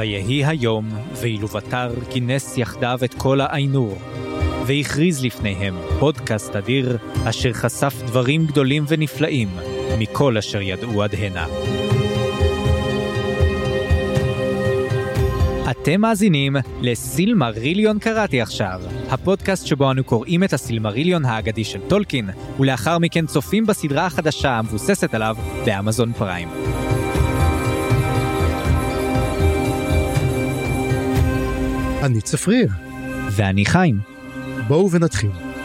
ויהי היום, ואילו ותר כינס יחדיו את כל העינור, והכריז לפניהם פודקאסט אדיר, אשר חשף דברים גדולים ונפלאים, מכל אשר ידעו עד הנה. אתם מאזינים לסילמריליון קראתי עכשיו, הפודקאסט שבו אנו קוראים את הסילמריליון האגדי של טולקין, ולאחר מכן צופים בסדרה החדשה המבוססת עליו באמזון פריים. אני צפריר. ואני חיים. בואו ונתחיל.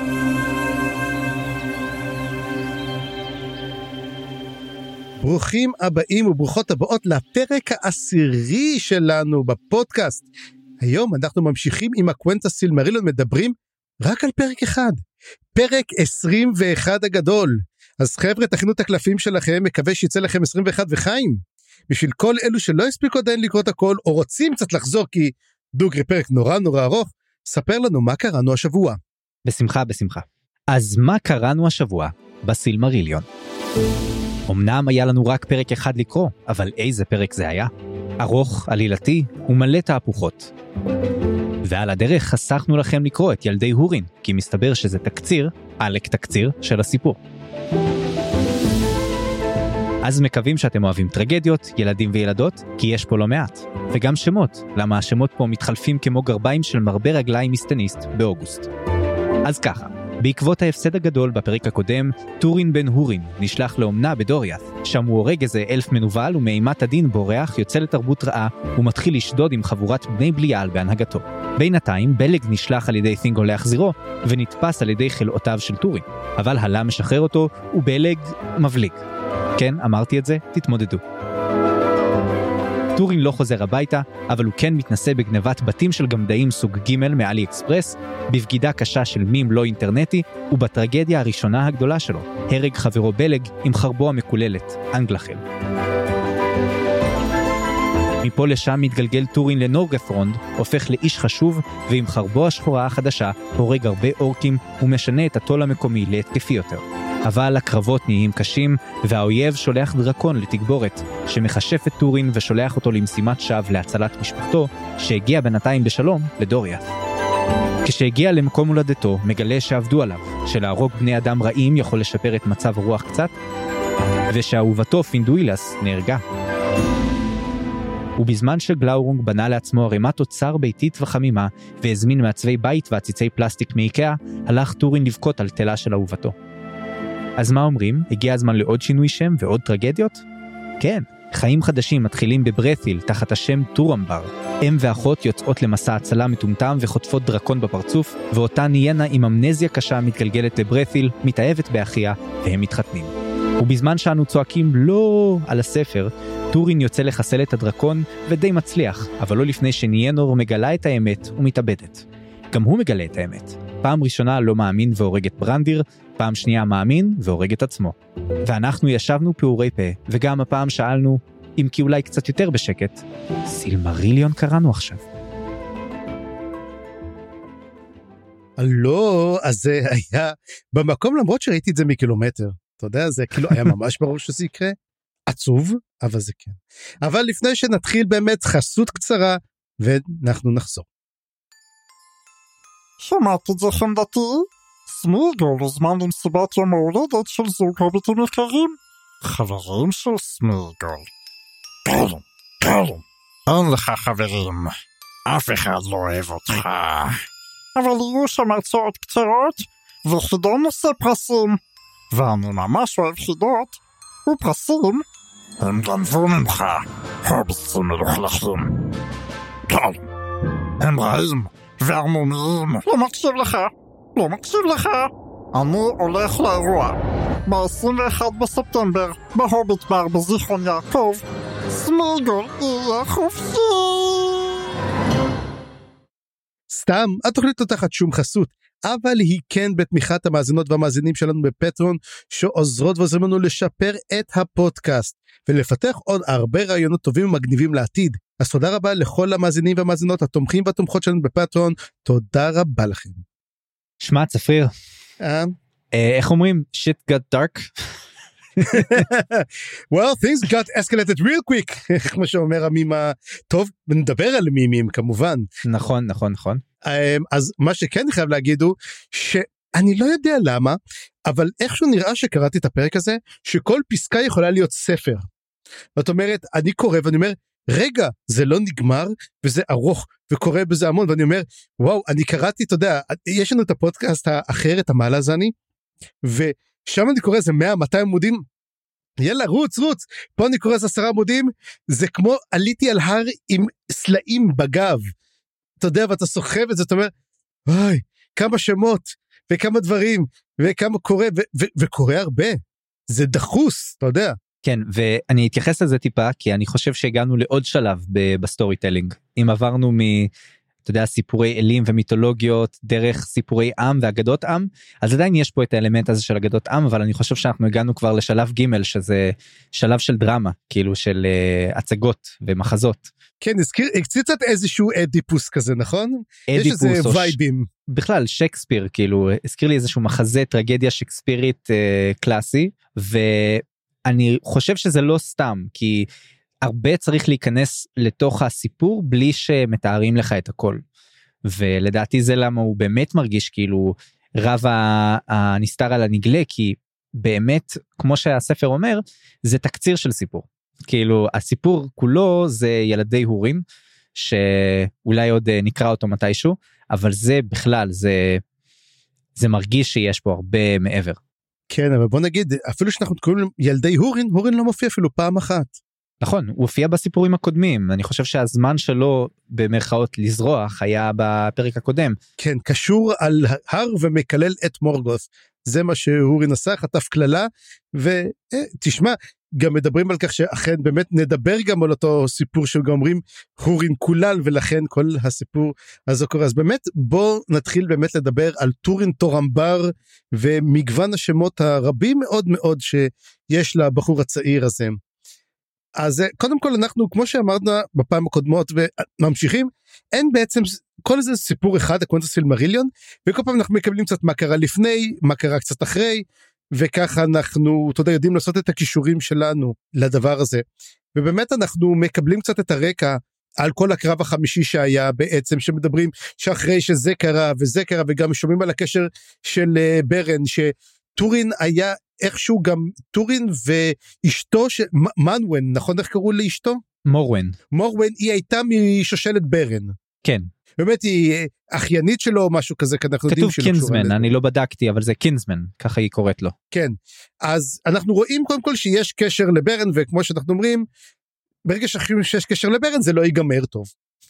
ברוכים הבאים וברוכות הבאות לפרק העשירי שלנו בפודקאסט. היום אנחנו ממשיכים עם הקוונטה סילמריליון, מדברים רק על פרק אחד. פרק 21 הגדול. אז חבר'ה, תכינו את הקלפים שלכם, מקווה שיצא לכם 21 וחיים. בשביל כל אלו שלא הספיקו עדיין לקרוא את הכל, או רוצים קצת לחזור כי דוגרי פרק נורא ארוך, ספר לנו מה קראנו השבוע. בשמחה. אז מה קראנו השבוע בסילמריליון? אמנם היה לנו רק פרק אחד לקרוא, אבל איזה פרק זה היה? ארוך, עלילתי ומלא תהפוכות. ועל הדרך חסכנו לכם לקרוא את ילדי הורין, כי מסתבר שזה תקציר, עלק תקציר של הסיפור. אז מקווים שאתם אוהבים טרגדיות, ילדים וילדות, כי יש פה לא מעט. וגם שמות, למה השמות פה מתחלפים כמו גרביים של מרבה רגליים מיסטניסט באוגוסט. אז ככה, בעקבות ההפסד הגדול בפרק הקודם, טורין בן הורין נשלח לאומנה בדוריאת', שם הוא הורג איזה אלף מנוול ומאימת הדין בורח יוצא לתרבות רעה ומתחיל לשדוד עם חבורת בני בליעל בהנהגתו. בינתיים בלג נשלח על ידי תינגו להחזירו ונתפס על ידי חלאותיו של טורין, אבל הלה משחרר אותו ובלג מבליג. כן, אמרתי את זה, תתמודדו. טורין לא חוזר הביתה, אבל הוא כן מתנסה בגנבת בתים של גמדאים סוג ג' מאלי אקספרס, בבגידה קשה של מים לא אינטרנטי, ובטרגדיה הראשונה הגדולה שלו, הרג חברו בלג עם חרבו המקוללת, אנגלחל. מפה לשם מתגלגל טורין לנורגת'רונד, הופך לאיש חשוב, ועם חרבו השחורה החדשה, הורג הרבה אורקים ומשנה את הטול המקומי להתקפי יותר. אבל הקרבות נהיים קשים, והאויב שולח דרקון לתגבורת, שמחשף את טורין ושולח אותו למשימת שווא להצלת משפחתו, שהגיע בינתיים בשלום לדוריאת'. כשהגיע למקום הולדתו, מגלה שעבדו עליו, שלהרוג בני אדם רעים יכול לשפר את מצב הרוח קצת, ושאהובתו פינדואילס נהרגה. ובזמן שגלאורונג בנה לעצמו ערימת אוצר ביתית וחמימה, והזמין מעצבי בית ועציצי פלסטיק מאיקאה, הלך טורין לבכות על תלה של אהובתו. אז מה אומרים? הגיע הזמן לעוד שינוי שם ועוד טרגדיות? כן, חיים חדשים מתחילים בברת'יל תחת השם טורמבר. אם ואחות יוצאות למסע הצלה מטומטם וחוטפות דרקון בפרצוף, ואותה ניינה עם אמנזיה קשה מתגלגלת לברת'יל, מתאהבת באחיה, והם מתחתנים. ובזמן שאנו צועקים לא על הספר, טורין יוצא לחסל את הדרקון ודי מצליח, אבל לא לפני שניינור מגלה את האמת ומתאבדת. גם הוא מגלה את האמת. פעם ראשונה לא מאמין והורג את ברנדיר, פעם שנייה מאמין והורג את עצמו. ואנחנו ישבנו פעורי פה, וגם הפעם שאלנו, אם כי אולי קצת יותר בשקט, סילמריליון קראנו עכשיו. לא, אז זה היה במקום, למרות שראיתי את זה מקילומטר. אתה יודע, זה כאילו היה ממש ברור שזה יקרה. עצוב, אבל זה כן. אבל לפני שנתחיל באמת חסות קצרה, ואנחנו נחזור. שמעת את זה חמדתי? סמיגול הוזמן למסיבת יום ההולדת של זוג הוביטים יקרים. חברים של סמיגול. כלום. אין לך חברים. אף אחד לא אוהב אותך. אבל יהיו שם הרצאות קצרות, וחידון נושא פרסים. ואני ממש אוהב חידות, ופרסים. הם גנבו ממך, הוביטים מלוכלכים. כלום. הם רעים. והרמומיים. לא מקשיב לך. אני הולך לאירוע. ב-21 בספטמבר, בהוביט בר בזיכרון יעקב, סמיגול יהיה חופשי. סתם, התוכנית לא תחת שום חסות, אבל היא כן בתמיכת המאזינות והמאזינים שלנו בפטרון, שעוזרות ועוזרים לנו לשפר את הפודקאסט, ולפתח עוד הרבה רעיונות טובים ומגניבים לעתיד. אז תודה רבה לכל המאזינים והמאזינות, התומכים והתומכות שלנו בפטרון, תודה רבה לכם. שמע צפריר, איך אומרים? shit got dark? Well, things got escalated real quick, כמו שאומר המים הטוב, ונדבר על מימים כמובן. נכון. אז מה שכן אני חייב להגיד הוא, שאני לא יודע למה, אבל איכשהו נראה שקראתי את הפרק הזה, שכל פסקה יכולה להיות ספר. זאת אומרת, אני קורא ואני אומר, רגע, זה לא נגמר, וזה ארוך, וקורא בזה המון, ואני אומר, וואו, אני קראתי, אתה יודע, יש לנו את הפודקאסט האחר, את המעלה זני, ושם אני קורא איזה 100-200 עמודים, יאללה, רוץ, פה אני קורא איזה 10 עמודים, זה כמו עליתי על הר עם סלעים בגב, אתה יודע, ואתה סוחב את זה, אתה אומר, וואי, כמה שמות, וכמה דברים, וכמה קורא, וקורא הרבה, זה דחוס, אתה יודע. כן, ואני אתייחס לזה טיפה, כי אני חושב שהגענו לעוד שלב בסטורי טלינג. אם עברנו אתה יודע, סיפורי אלים ומיתולוגיות, דרך סיפורי עם ואגדות עם, אז עדיין יש פה את האלמנט הזה של אגדות עם, אבל אני חושב שאנחנו הגענו כבר לשלב ג' שזה שלב של דרמה, כאילו של הצגות ומחזות. כן, קצת איזשהו אדיפוס כזה, נכון? אדיפוס, יש איזה וייבים. בכלל, שייקספיר, כאילו, הזכיר לי איזשהו מחזה טרגדיה שייקספירית קלאסי, ואני חושב שזה לא סתם, כי הרבה צריך להיכנס לתוך הסיפור בלי שמתארים לך את הכל. ולדעתי זה למה הוא באמת מרגיש כאילו רב הנסתר על הנגלה, כי באמת, כמו שהספר אומר, זה תקציר של סיפור. כאילו הסיפור כולו זה ילדי הורים, שאולי עוד נקרא אותו מתישהו, אבל זה בכלל, זה מרגיש שיש פה הרבה מעבר. כן, אבל בוא נגיד, אפילו שאנחנו קוראים ילדי הורין, הורין לא מופיע אפילו פעם אחת. נכון, הוא הופיע בסיפורים הקודמים, אני חושב שהזמן שלו במרכאות לזרוח היה בפרק הקודם. כן, קשור על הר ומקלל את מורגות, זה מה שהורין עשה, חטף כללה, ותשמע, גם מדברים על כך שאכן באמת נדבר גם על אותו סיפור שגם אומרים הורין כולל, ולכן כל הסיפור הזה קורה. אז באמת בוא נתחיל באמת לדבר על טורין תורמבר, ומגוון השמות הרבים מאוד מאוד שיש לבחור הצעיר הזה. אז קודם כל אנחנו, כמו שאמרנו בפעם הקודמות וממשיכים, אין בעצם, כל זה סיפור אחד, הקוונטס סילמריליון, וכל פעם אנחנו מקבלים קצת מה קרה לפני, מה קרה קצת אחרי, וככה אנחנו, אתה יודע, יודעים לעשות את הכישורים שלנו לדבר הזה. ובאמת אנחנו מקבלים קצת את הרקע על כל הקרב החמישי שהיה בעצם, שמדברים שאחרי שזה קרה וזה קרה, וגם שומעים על הקשר של ברן, שטורין היה איכשהו גם טורין ואשתו של מנוון, נכון איך קראו לאשתו? מורווין, היא הייתה משושלת ברן. כן. באמת היא אחיינית שלו או משהו כזה, כתוב קינסמן, אני לא בדקתי, אבל זה קינסמן, ככה היא קוראת לו. כן, אז אנחנו רואים קודם כל שיש קשר לברן, וכמו שאנחנו אומרים, ברגע שיש קשר לברן זה לא ייגמר טוב.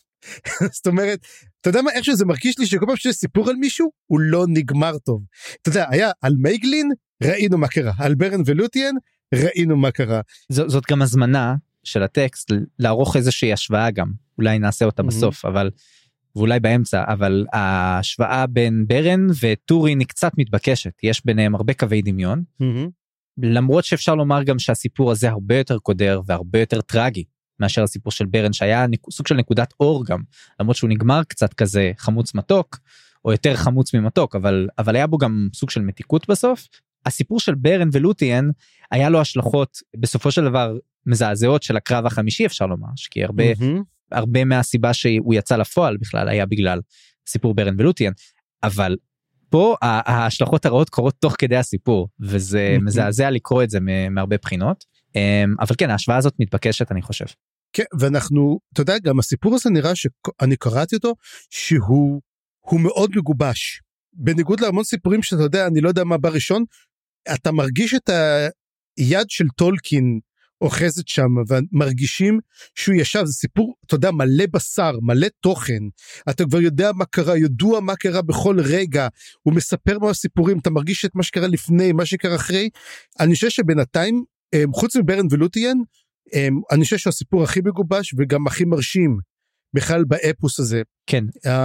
זאת אומרת, אתה יודע מה, איך שזה מרגיש לי שכל פעם שיש סיפור על מישהו, הוא לא נגמר טוב. אתה יודע, היה על מייגלין, ראינו מה קרה, על ברן ולוטיאן, ראינו מה קרה. זאת גם הזמנה של הטקסט, לערוך איזושהי השוואה גם, אולי נעשה אותה בסוף, ואולי באמצע, אבל ההשוואה בין ברן וטורין היא קצת מתבקשת, יש ביניהם הרבה קווי דמיון, למרות שאפשר לומר גם שהסיפור הזה הרבה יותר קודר, והרבה יותר טרגי, מאשר הסיפור של ברן, שהיה סוג של נקודת אור גם, למרות שהוא נגמר קצת כזה חמוץ מתוק, או יותר חמוץ ממתוק, אבל היה בו גם סוג של מתיקות בסוף. הסיפור של ברן ולוטיאן, היה לו השלכות, בסופו של דבר, מזעזעות של הקרב החמישי, אפשר לומר, כי הרבה מהסיבה שהוא יצא לפועל בכלל, היה בגלל סיפור ברן ולוטיאן, אבל פה ההשלכות הרעות קורות תוך כדי הסיפור, וזה מזעזע לקרוא את זה מהרבה בחינות, אבל כן, ההשוואה הזאת מתבקשת, אני חושב. כן, ואנחנו, אתה יודע, גם הסיפור הזה נראה שאני קראתי אותו, שהוא מאוד מגובש, בניגוד להמון סיפורים שאתה יודע, אני לא יודע מה בראשון, אתה מרגיש את היד של טולקין אוחזת שם, ומרגישים שהוא ישב, זה סיפור, אתה יודע, מלא בשר, מלא תוכן, אתה כבר יודע מה קרה, ידוע מה קרה בכל רגע, הוא מספר מה הסיפורים, אתה מרגיש את מה שקרה לפני, מה שקרה אחרי, אני חושב שבינתיים, חוץ מברן ולוטיאן, אני חושב שהסיפור הכי מגובש, וגם הכי מרשים, בכלל באפוס הזה. כן.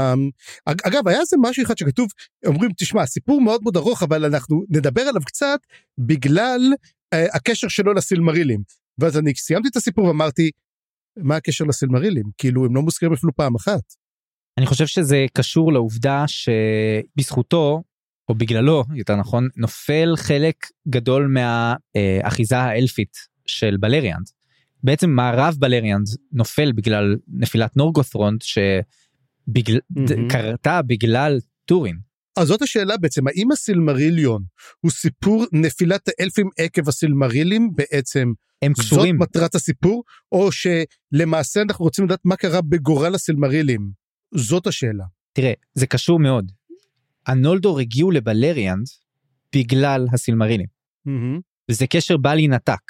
אגב, היה זה משהו אחד שכתוב, אומרים, תשמע, סיפור מאוד מאוד ארוך, אבל אנחנו נדבר עליו קצת, בגלל הקשר שלו לסילמרילים. ואז אני סיימתי את הסיפור ואמרתי, מה הקשר לסילמרילים? כאילו, הם לא מוזכרים אפילו פעם אחת. אני חושב שזה קשור לעובדה שבזכותו, או בגללו, יותר נכון, נופל חלק גדול מהאחיזה האלפית של בלריאנד. בעצם מערב בלריאנד נופל בגלל נפילת נורגות'רונד, שקרתה בגלל טורין. אז זאת השאלה בעצם, האם הסילמריליון הוא סיפור נפילת האלפים עקב הסילמרילים בעצם? הם קשורים. זאת מטרת הסיפור, או שלמעשה אנחנו רוצים לדעת מה קרה בגורל הסילמרילים? זאת השאלה. תראה, זה קשור מאוד. הנולדור הגיעו לבלריאנד בגלל הסילמרילים. וזה קשר בל ינתק.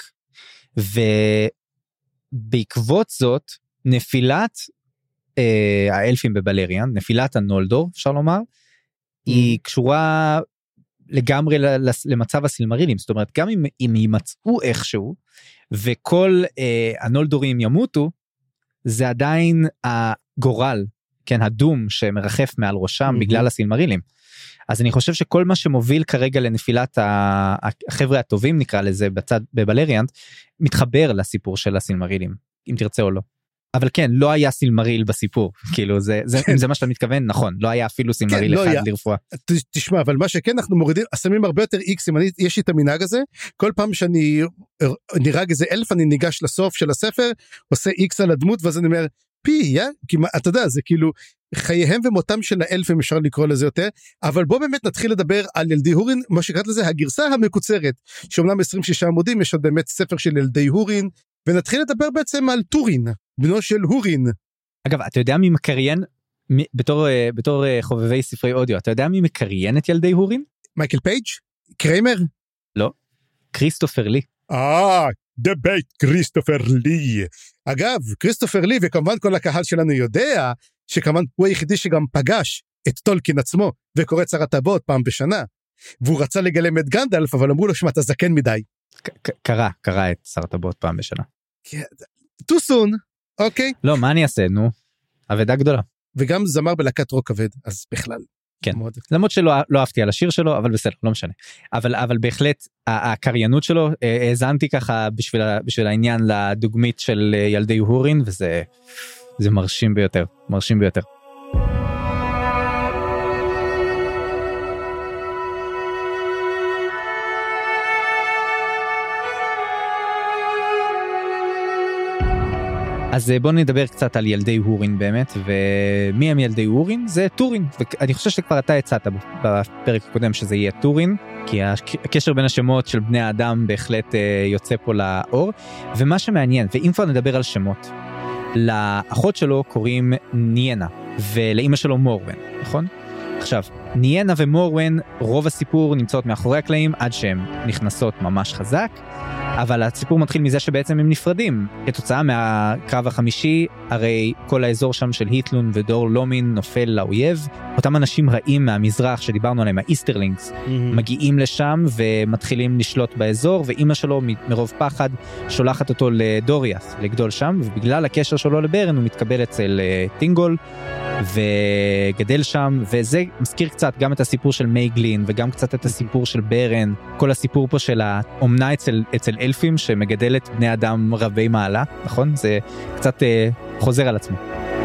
ובעקבות זאת, נפילת האלפים בבלריאנד, נפילת הנולדור, אפשר לומר, היא קשורה לגמרי למצב הסילמרילים. זאת אומרת, גם אם יימצאו איכשהו, וכל הנולדורים ימותו, זה עדיין הגורל, כן, הדום שמרחף מעל ראשם בגלל הסילמרילים. אז אני חושב שכל מה שמוביל כרגע לנפילת החבר'ה הטובים, נקרא לזה, בבלריאנד, מתחבר לסיפור של הסילמרילים, אם תרצה או לא. אבל כן, לא היה סילמריל בסיפור, כאילו, אם זה מה שאתה מתכוון, נכון, לא היה אפילו סילמריל אחד לרפואה. תשמע, אבל מה שכן, אנחנו מורידים, שמים הרבה יותר איקסים, יש לי את המנהג הזה, כל פעם שאני נראה איזה אלף, אני ניגש לסוף של הספר, עושה איקס על הדמות, ואז אני אומר, אתה יודע, זה כאילו, חייהם ומותם של האלפים, אפשר לקרוא לזה יותר, אבל בוא באמת נתחיל לדבר על ילדי הורין, מה שקראת לזה, הגרסה המקוצרת, שאומנם 26 עמודים, יש עוד באמת ספר של ילדי הורין, ונתחיל לדבר בעצם על טורין, בנו של הורין. אגב, אתה יודע מי מקריין, בתור חובבי ספרי אודיו, אתה יודע מי מקריין את ילדי הורין? מייקל פייג'? קריימר? לא, כריסטופר לי. The בית כריסטופר לי. אגב, כריסטופר לי, וכמובן כל הקהל שלנו יודע, שכמובן הוא היחידי שגם פגש את טולקין עצמו, וקורא צר הטבעות פעם בשנה, והוא רצה לגלם את גנדלף, אבל אמרו לו שמה אתה זקן מדי. קרא את צר הטבעות פעם בשנה. too soon, אוקיי? לא, מה אני אעשה, נו? אבדה גדולה. וגם זמר בלהקת רוק כבד, אז בכלל. כן, למרות שלא אהבתי על השיר שלו, אבל בסדר, לא משנה. אבל בהחלט, הקריינות שלו, האזנתי ככה בשביל העניין לדוגמית של ילדי הורין, וזה מרשים ביותר, מרשים ביותר. אז בואו נדבר קצת על ילדי הורין באמת, ומי הם ילדי הורין? זה טורין, ואני חושב שכבר אתה הצעת בפרק הקודם שזה יהיה טורין, כי הקשר בין השמות של בני האדם בהחלט יוצא פה לאור, ומה שמעניין, ואם כבר נדבר על שמות, לאחות שלו קוראים ניינה, ולאמא שלו מורווין, נכון? עכשיו, ניינה ומורווין, רוב הסיפור נמצאות מאחורי הקלעים, עד שהן נכנסות ממש חזק, אבל הסיפור מתחיל מזה שבעצם הם נפרדים. כתוצאה מהקרב החמישי, הרי כל האזור שם של היטלון ודור לומין נופל לאויב. אותם אנשים רעים מהמזרח שדיברנו עליהם, האיסטרלינגס, מגיעים לשם ומתחילים לשלוט באזור, ואימא שלו מרוב פחד שולחת אותו לדוריאס, לגדול שם, ובגלל הקשר שלו לברן הוא מתקבל אצל טינגול, וגדל שם, וזה מזכיר קצת גם את הסיפור של מייגלין, וגם קצת את הסיפור של ברן, כל הסיפור פה של האומנה אצל אלפים, שמגדלת בני אדם רבי מעלה, נכון? זה קצת חוזר על עצמו.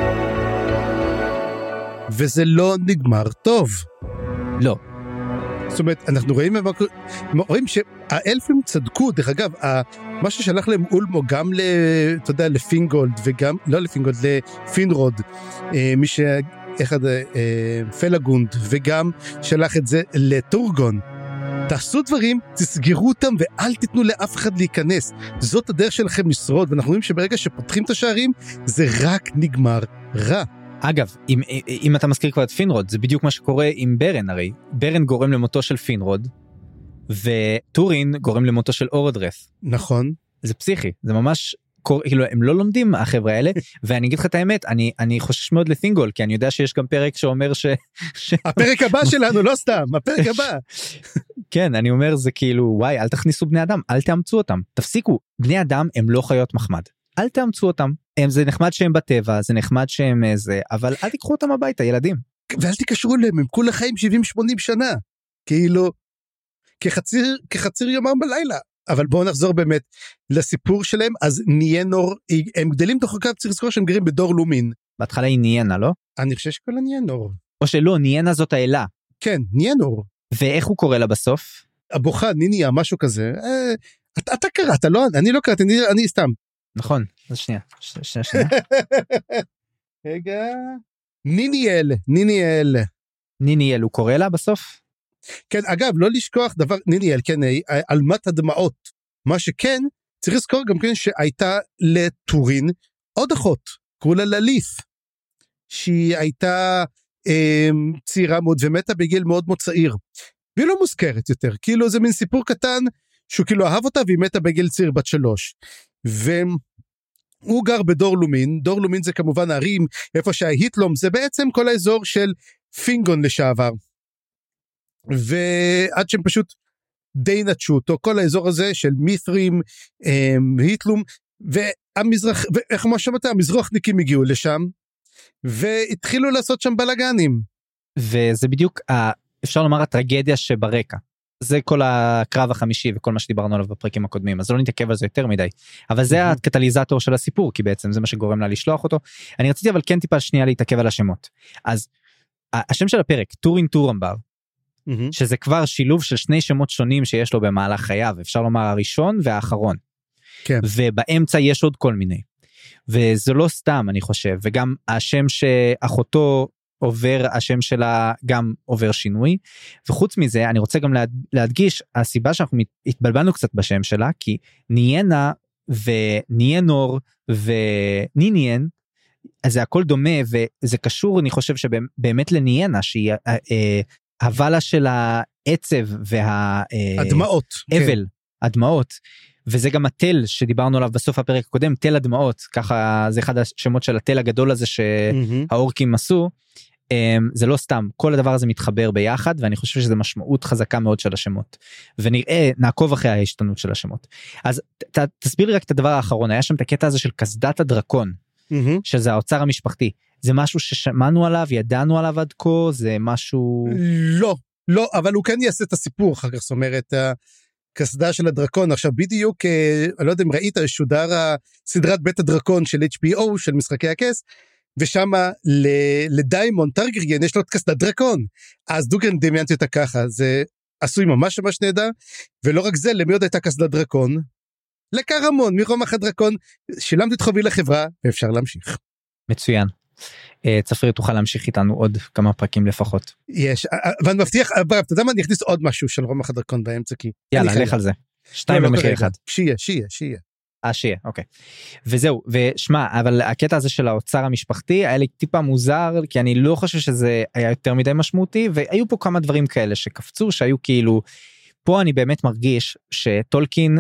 וזה לא נגמר טוב. לא. זאת אומרת, אנחנו רואים שהאלפים צדקו, דרך אגב, מה ששלח להם אולמו גם אתה יודע, לפינגולד, וגם, לא לפינגולד, לפינרוד, מי שאחד, פלגונד, וגם שלח את זה לטורגון. תעשו דברים, תסגרו אותם, ואל תיתנו לאף אחד להיכנס. זאת הדרך שלכם לשרוד, ואנחנו רואים שברגע שפותחים את השערים, זה רק נגמר רע. אגב, אם אתה מזכיר כבר את פינרוד, זה בדיוק מה שקורה עם ברן, הרי. ברן גורם למותו של פינרוד, וטורין גורם למותו של אורדרס. נכון. זה פסיכי, זה ממש, כאילו, הם לא לומדים החבר'ה האלה, ואני אגיד לך את האמת, אני חושש מאוד לפינגול, כי אני יודע שיש גם פרק שאומר הפרק הבא שלנו, לא סתם, הפרק הבא. כן, אני אומר, זה כאילו, וואי, אל תכניסו בני אדם, אל תאמצו אותם, תפסיקו, בני אדם הם לא חיות מחמד, אל תאמצו אותם, זה נחמד שהם בטבע, זה נחמד שהם זה, אבל אל תיקחו אותם הביתה, ילדים. ואל תקשרו להם, הם כולה חיים 70-80 שנה, כאילו, כחציר יומם בלילה. אבל בואו נחזור באמת לסיפור שלהם. אז ניינור, הם גדלים תוך הקו, צריך לזכור שהם גרים בדור לומין. בהתחלה היא ניינה, לא? אני חושב שכל הניינור. או שלא, ניינה זאת האלה. כן, ניינור. ואיך הוא קורא לה בסוף? הבוכה, ניניה, משהו כזה. אתה קראת, לא? אני לא קראתי, אני סתם. נכון, אז שנייה. רגע. ניניאל. ניניאל, הוא קורא לה בסוף? כן, אגב, לא לשכוח דבר, ניניאל, כן, אלמת הדמעות. מה שכן, צריך לזכור גם כן שהייתה לטורין עוד אחות, קראו לה לליף, שהיא הייתה צעירה מאוד ומתה בגיל מאוד מאוד צעיר. והיא לא מוזכרת יותר, כאילו זה מין סיפור קטן, שהוא כאילו אהב אותה והיא מתה בגיל צעיר בת 3. והוא גר בדורלומין, דורלומין זה כמובן הערים, איפה שההיטלום זה בעצם כל האזור של פינגון לשעבר. ועד שהם פשוט די נטשו אותו, כל האזור הזה של מית'רים, היטלום, והמזרח, ואיך מה שמעת, המזרוחניקים הגיעו לשם, והתחילו לעשות שם בלגנים. וזה בדיוק, אפשר לומר, הטרגדיה שברקע. זה כל הקרב החמישי וכל מה שדיברנו עליו בפרקים הקודמים, אז לא נתעכב על זה יותר מדי. אבל זה הקטליזטור של הסיפור, כי בעצם זה מה שגורם לה לשלוח אותו. אני רציתי אבל כן טיפה שנייה להתעכב על השמות. אז השם של הפרק, טורין טורמבר, שזה כבר שילוב של שני שמות שונים שיש לו במהלך חייו, אפשר לומר הראשון והאחרון. כן. ובאמצע יש עוד כל מיני. וזה לא סתם, אני חושב, וגם השם שאחותו עובר, השם שלה גם עובר שינוי, וחוץ מזה, אני רוצה גם להדגיש, הסיבה שאנחנו התבלבלנו קצת בשם שלה, כי ניאנה וניאנור וניניאן, אז זה הכל דומה, וזה קשור, אני חושב שבאמת לניאנה, שהיא הוואלה של העצב הדמעות. אבל, הדמעות, וזה גם התל שדיברנו עליו בסוף הפרק הקודם, תל הדמעות, ככה זה אחד השמות של התל הגדול הזה שהאורקים עשו, זה לא סתם, כל הדבר הזה מתחבר ביחד, ואני חושב שזה משמעות חזקה מאוד של השמות, ונראה, נעקוב אחרי ההשתנות של השמות. אז תסביר לי רק את הדבר האחרון, היה שם את הקטע הזה של כסדת הדרקון, שזה האוצר המשפחתי, זה משהו ששמענו עליו, ידענו עליו עד כה, זה משהו... לא, אבל הוא כן יעשה את הסיפור אחר כך, זאת אומרת, כסדה של הדרקון, עכשיו בדיוק, אני לא יודע אם ראית, שודר סדרת בית הדרקון של HBO, של משחקי הכס, ושם לדיימון טרגריאן יש לו את כסדת דרקון, אז דוגרן דמיינתי אותה ככה, זה עשוי ממש ממש נהדר, ולא רק זה, למי עוד הייתה כסדת דרקון? לקרמון, מרומח הדרקון, שילמתי את חובי לחברה, ואפשר להמשיך. מצוין. צפריר תוכל להמשיך איתנו עוד כמה פרקים לפחות. יש, ואני מבטיח, אתה יודע מה, אני אכניס עוד משהו של רומח הדרקון באמצע, כי... יאללה, לך על זה. 2 במחיר אחד. שיהיה, אוקיי. וזהו, ושמע, אבל הקטע הזה של האוצר המשפחתי, היה לי טיפה מוזר, כי אני לא חושב שזה היה יותר מדי משמעותי, והיו פה כמה דברים כאלה שקפצו, שהיו כאילו, פה אני באמת מרגיש שטולקין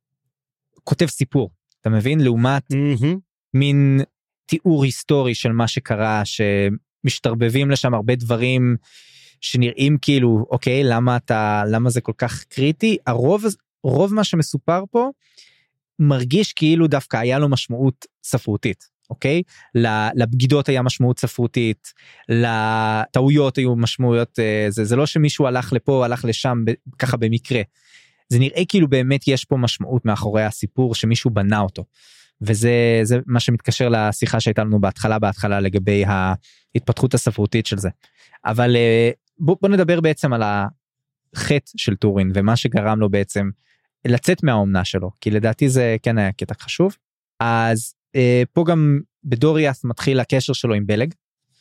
כותב סיפור, אתה מבין? לעומת מין תיאור היסטורי של מה שקרה, שמשתרבבים לשם הרבה דברים שנראים כאילו, אוקיי, למה זה כל כך קריטי? רוב מה שמסופר פה, מרגיש כאילו דווקא היה לו משמעות ספרותית, אוקיי? לבגידות היה משמעות ספרותית, לטעויות היו משמעויות, זה לא שמישהו הלך לפה, הלך לשם, ככה במקרה. זה נראה כאילו באמת יש פה משמעות מאחורי הסיפור, שמישהו בנה אותו. וזה מה שמתקשר לשיחה שהייתה לנו בהתחלה לגבי ההתפתחות הספרותית של זה. אבל בוא נדבר בעצם על החטא של טורין, ומה שגרם לו בעצם לצאת מהאומנה שלו, כי לדעתי זה כן היה קטע חשוב. אז פה גם בדוריאס מתחיל הקשר שלו עם בלג,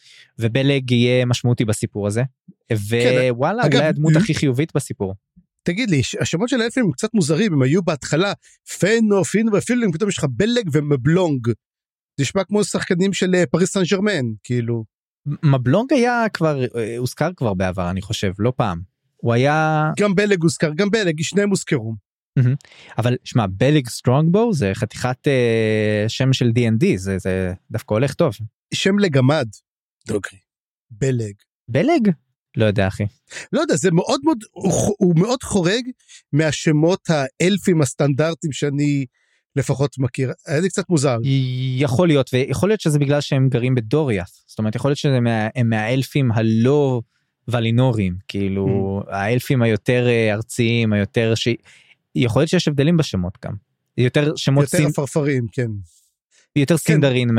ובלג יהיה משמעותי בסיפור הזה, ווואלה, אולי הדמות הכי חיובית בסיפור. תגיד לי, השמות של האלפים הם קצת מוזרים, הם היו בהתחלה פינו ופילינג, פתאום יש לך בלג ומבלונג, זה נשמע כמו שחקנים של פריס סן ז'רמן, כאילו. מבלונג היה כבר, הוזכר כבר בעבר, אני חושב, לא פעם. הוא היה... גם בלג הוזכר, גם בלג, שניהם הוזכרו. אבל שמע, בלג סטרונגבו זה חתיכת שם של D&D, זה דווקא הולך טוב. שם לגמד, דוגרי, בלג. בלג? לא יודע אחי. לא יודע, זה מאוד מאוד, הוא מאוד חורג מהשמות האלפים הסטנדרטיים שאני לפחות מכיר, היה לי קצת מוזר. יכול להיות, ויכול להיות שזה בגלל שהם גרים בדוריאס, זאת אומרת יכול להיות שהם מהאלפים הלא ולינוריים, כאילו האלפים היותר ארציים, היותר יכול להיות שיש הבדלים בשמות גם, יותר שמות יותר אפרפרים, כן. יותר סינדרין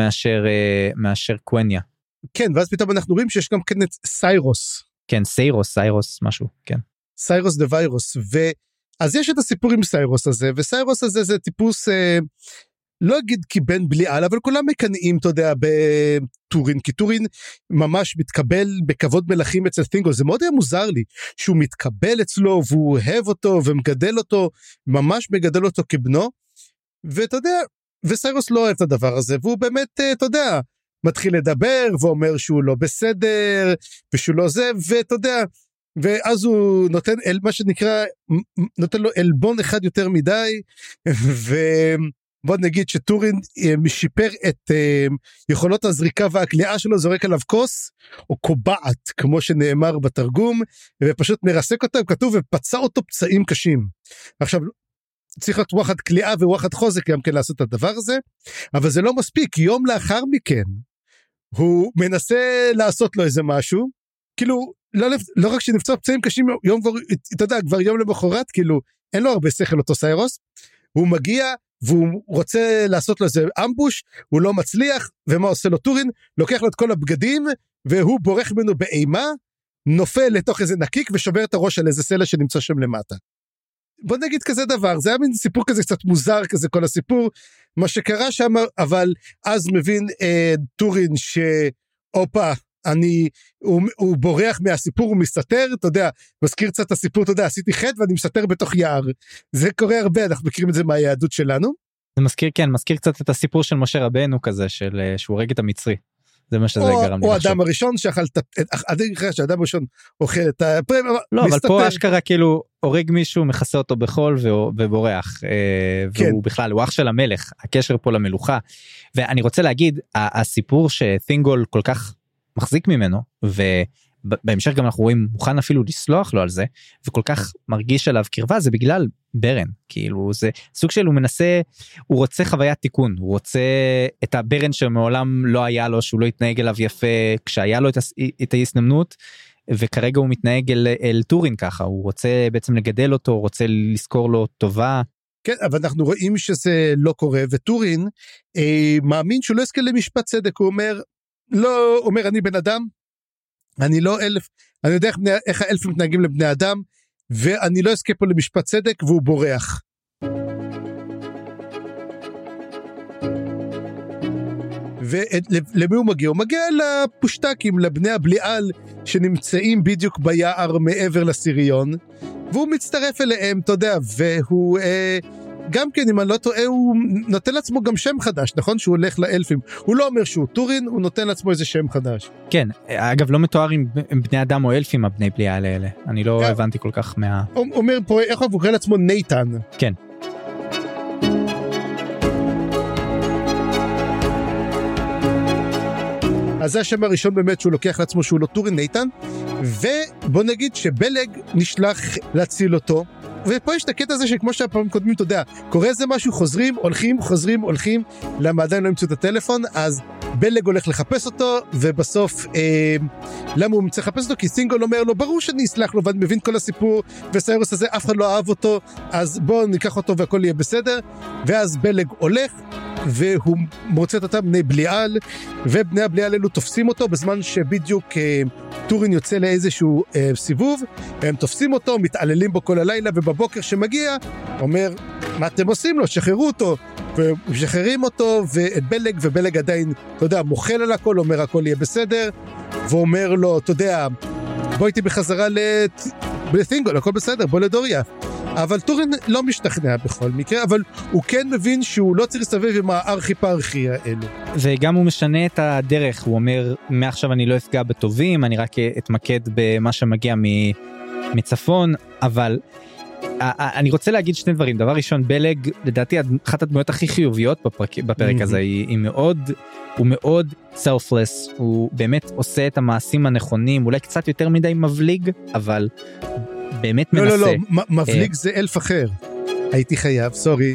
מאשר קווניה. כן, ואז פתאום אנחנו רואים שיש גם כן את סיירוס. כן, סיירוס, משהו, כן. סיירוס דה ויירוס, אז יש את הסיפור עם סיירוס הזה, וסיירוס הזה זה טיפוס, לא אגיד כי בן בליעל, אבל כולם מקנאים, אתה יודע, בטורין, כי טורין ממש מתקבל בכבוד מלכים אצל תינגול, זה מאוד היה מוזר לי, שהוא מתקבל אצלו, והוא אוהב אותו, ומגדל אותו, ממש מגדל אותו כבנו, ואתה יודע, וסיירוס לא אוהב את הדבר הזה, והוא באמת, אתה יודע, מתחיל לדבר, ואומר שהוא לא בסדר, ושהוא לא זה, ואתה יודע, ואז הוא נותן מה שנקרא, נותן לו אלבון אחד יותר מדי, ובוא נגיד שטורין משיפר את יכולות הזריקה והקליעה שלו, זורק עליו כוס, או קובעת, כמו שנאמר בתרגום, ופשוט מרסק אותם, כתוב, ופצע אותו פצעים קשים. עכשיו, צריך להיות וואחד קליעה וואחד חוזק גם כן לעשות את הדבר הזה, אבל זה לא מספיק, יום לאחר מכן, הוא מנסה לעשות לו איזה משהו, כאילו, לא רק שנפצע פצעים קשים, אתה יודע, כבר יום למחרת, כאילו, אין לו הרבה שכל אותו סיירוס, הוא מגיע, והוא רוצה לעשות לו איזה אמבוש, הוא לא מצליח, ומה עושה לו טורין? לוקח לו את כל הבגדים, והוא בורח ממנו באימה, נופל לתוך איזה נקיק, ושובר את הראש על איזה סלע שנמצא שם למטה. בוא נגיד כזה דבר, זה היה מין סיפור כזה קצת מוזר כזה כל הסיפור, מה שקרה שם, אבל אז מבין טורין שאופה, הוא בורח מהסיפור, הוא מסתתר, אתה יודע, מזכיר קצת הסיפור, אתה יודע, עשיתי חטא ואני מסתתר בתוך יער, זה קורה הרבה, אנחנו מכירים את זה מהיהדות שלנו. זה מזכיר, כן, מזכיר קצת את הסיפור של משה רבנו כזה, שהוא הורג את המצרי. זה מה שזה גרם לי. או אדם הראשון שאכל שהאדם הראשון אוכל את הפרם, לא, אבל פה אשכרה כאילו הורג מישהו, מכסה אותו בחול ובורח, והוא בכלל, הוא אח של המלך, הקשר פה למלוכה, ואני רוצה להגיד, הסיפור שתינגול כל כך מחזיק ממנו, ובהמשך גם אנחנו רואים מוכן אפילו לסלוח לו על זה, וכל כך מרגיש עליו קרבה, זה בגלל ברן, כאילו זה סוג של הוא מנסה, הוא רוצה חוויית תיקון, הוא רוצה את הברן שמעולם לא היה לו, שהוא לא יתנהג אליו יפה, כשהיה לו את ההזדמנות, וכרגע הוא מתנהג אל טורין ככה, הוא רוצה בעצם לגדל אותו, הוא רוצה לזכור לו טובה. כן, אבל אנחנו רואים שזה לא קורה, וטורין מאמין שהוא לא יזכה למשפט צדק, הוא אומר, אני בן אדם, אני לא אלף, אני יודע איך האלפים מתנהגים לבני אדם, ואני לא אזכה פה למשפט צדק, והוא בורח. ולמי הוא מגיע? הוא מגיע לפושטקים, לבני הבליעל, שנמצאים בדיוק ביער מעבר לסיריון, והוא מצטרף אליהם, אתה יודע, והוא גם כן, אם אני לא טועה, הוא נותן לעצמו גם שם חדש, נכון? שהוא הולך לאלפים. הוא לא אומר שהוא טורין, הוא נותן לעצמו איזה שם חדש. כן, אגב, לא מתואר עם בני אדם או אלפים, הבני בליעל האלה. אני לא הבנתי כל כך מה... הוא אומר פה, איך הוא קורא לעצמו נייטן. כן. אז זה השם הראשון באמת שהוא לוקח לעצמו שהוא לא טורין, נייטן, ובוא נגיד שבלג נשלח להציל אותו, ופה יש את הקטע הזה שכמו שהפעמים קודמים, אתה יודע, קורה איזה משהו, חוזרים, למה עדיין לא ימצאו את הטלפון, אז בלג הולך לחפש אותו, ובסוף, למה הוא צריך לחפש אותו? כי סינגול אומר לו, ברור שאני אסלח לו, ואני מבין כל הסיפור, וסיירוס הזה אף אחד לא אהב אותו, אז בואו ניקח אותו והכל יהיה בסדר, ואז בלג הולך, והוא מוצא את אותם בני בליעל, ובני הבליעל אלו תופסים אותו, בזמן שבדיוק טורין יוצא לאיזשהו סיבוב, הם תופסים אותו, מתעללים בו כל הלילה, ובבוקר שמגיע, אומר, מה אתם עושים לו? שחררו אותו, ומשחררים אותו, ואת בלג, ובלג עדיין, אתה יודע, מוחל על הכל, אומר הכל יהיה בסדר, ואומר לו, אתה יודע, בוא איתי בחזרה לתינגול, הכל בסדר, בוא לדוריה. אבל טורין לא משתכנע בכל מקרה, אבל הוא כן מבין שהוא לא צריך לסבב עם הארכי-פארכי האלו. וגם הוא משנה את הדרך, הוא אומר, מעכשיו אני לא אפגע בטובים, אני רק אתמקד במה שמגיע מצפון, אבל אני רוצה להגיד שני דברים. דבר ראשון, בלג, לדעתי, אחת הדמויות הכי חיוביות בפרק הזה, הוא מאוד selfless, הוא באמת עושה את המעשים הנכונים, אולי קצת יותר מדי מבליג, אבל באמת מנסה. לא, מבליג זה אלף אחר. הייתי חייב, סורי.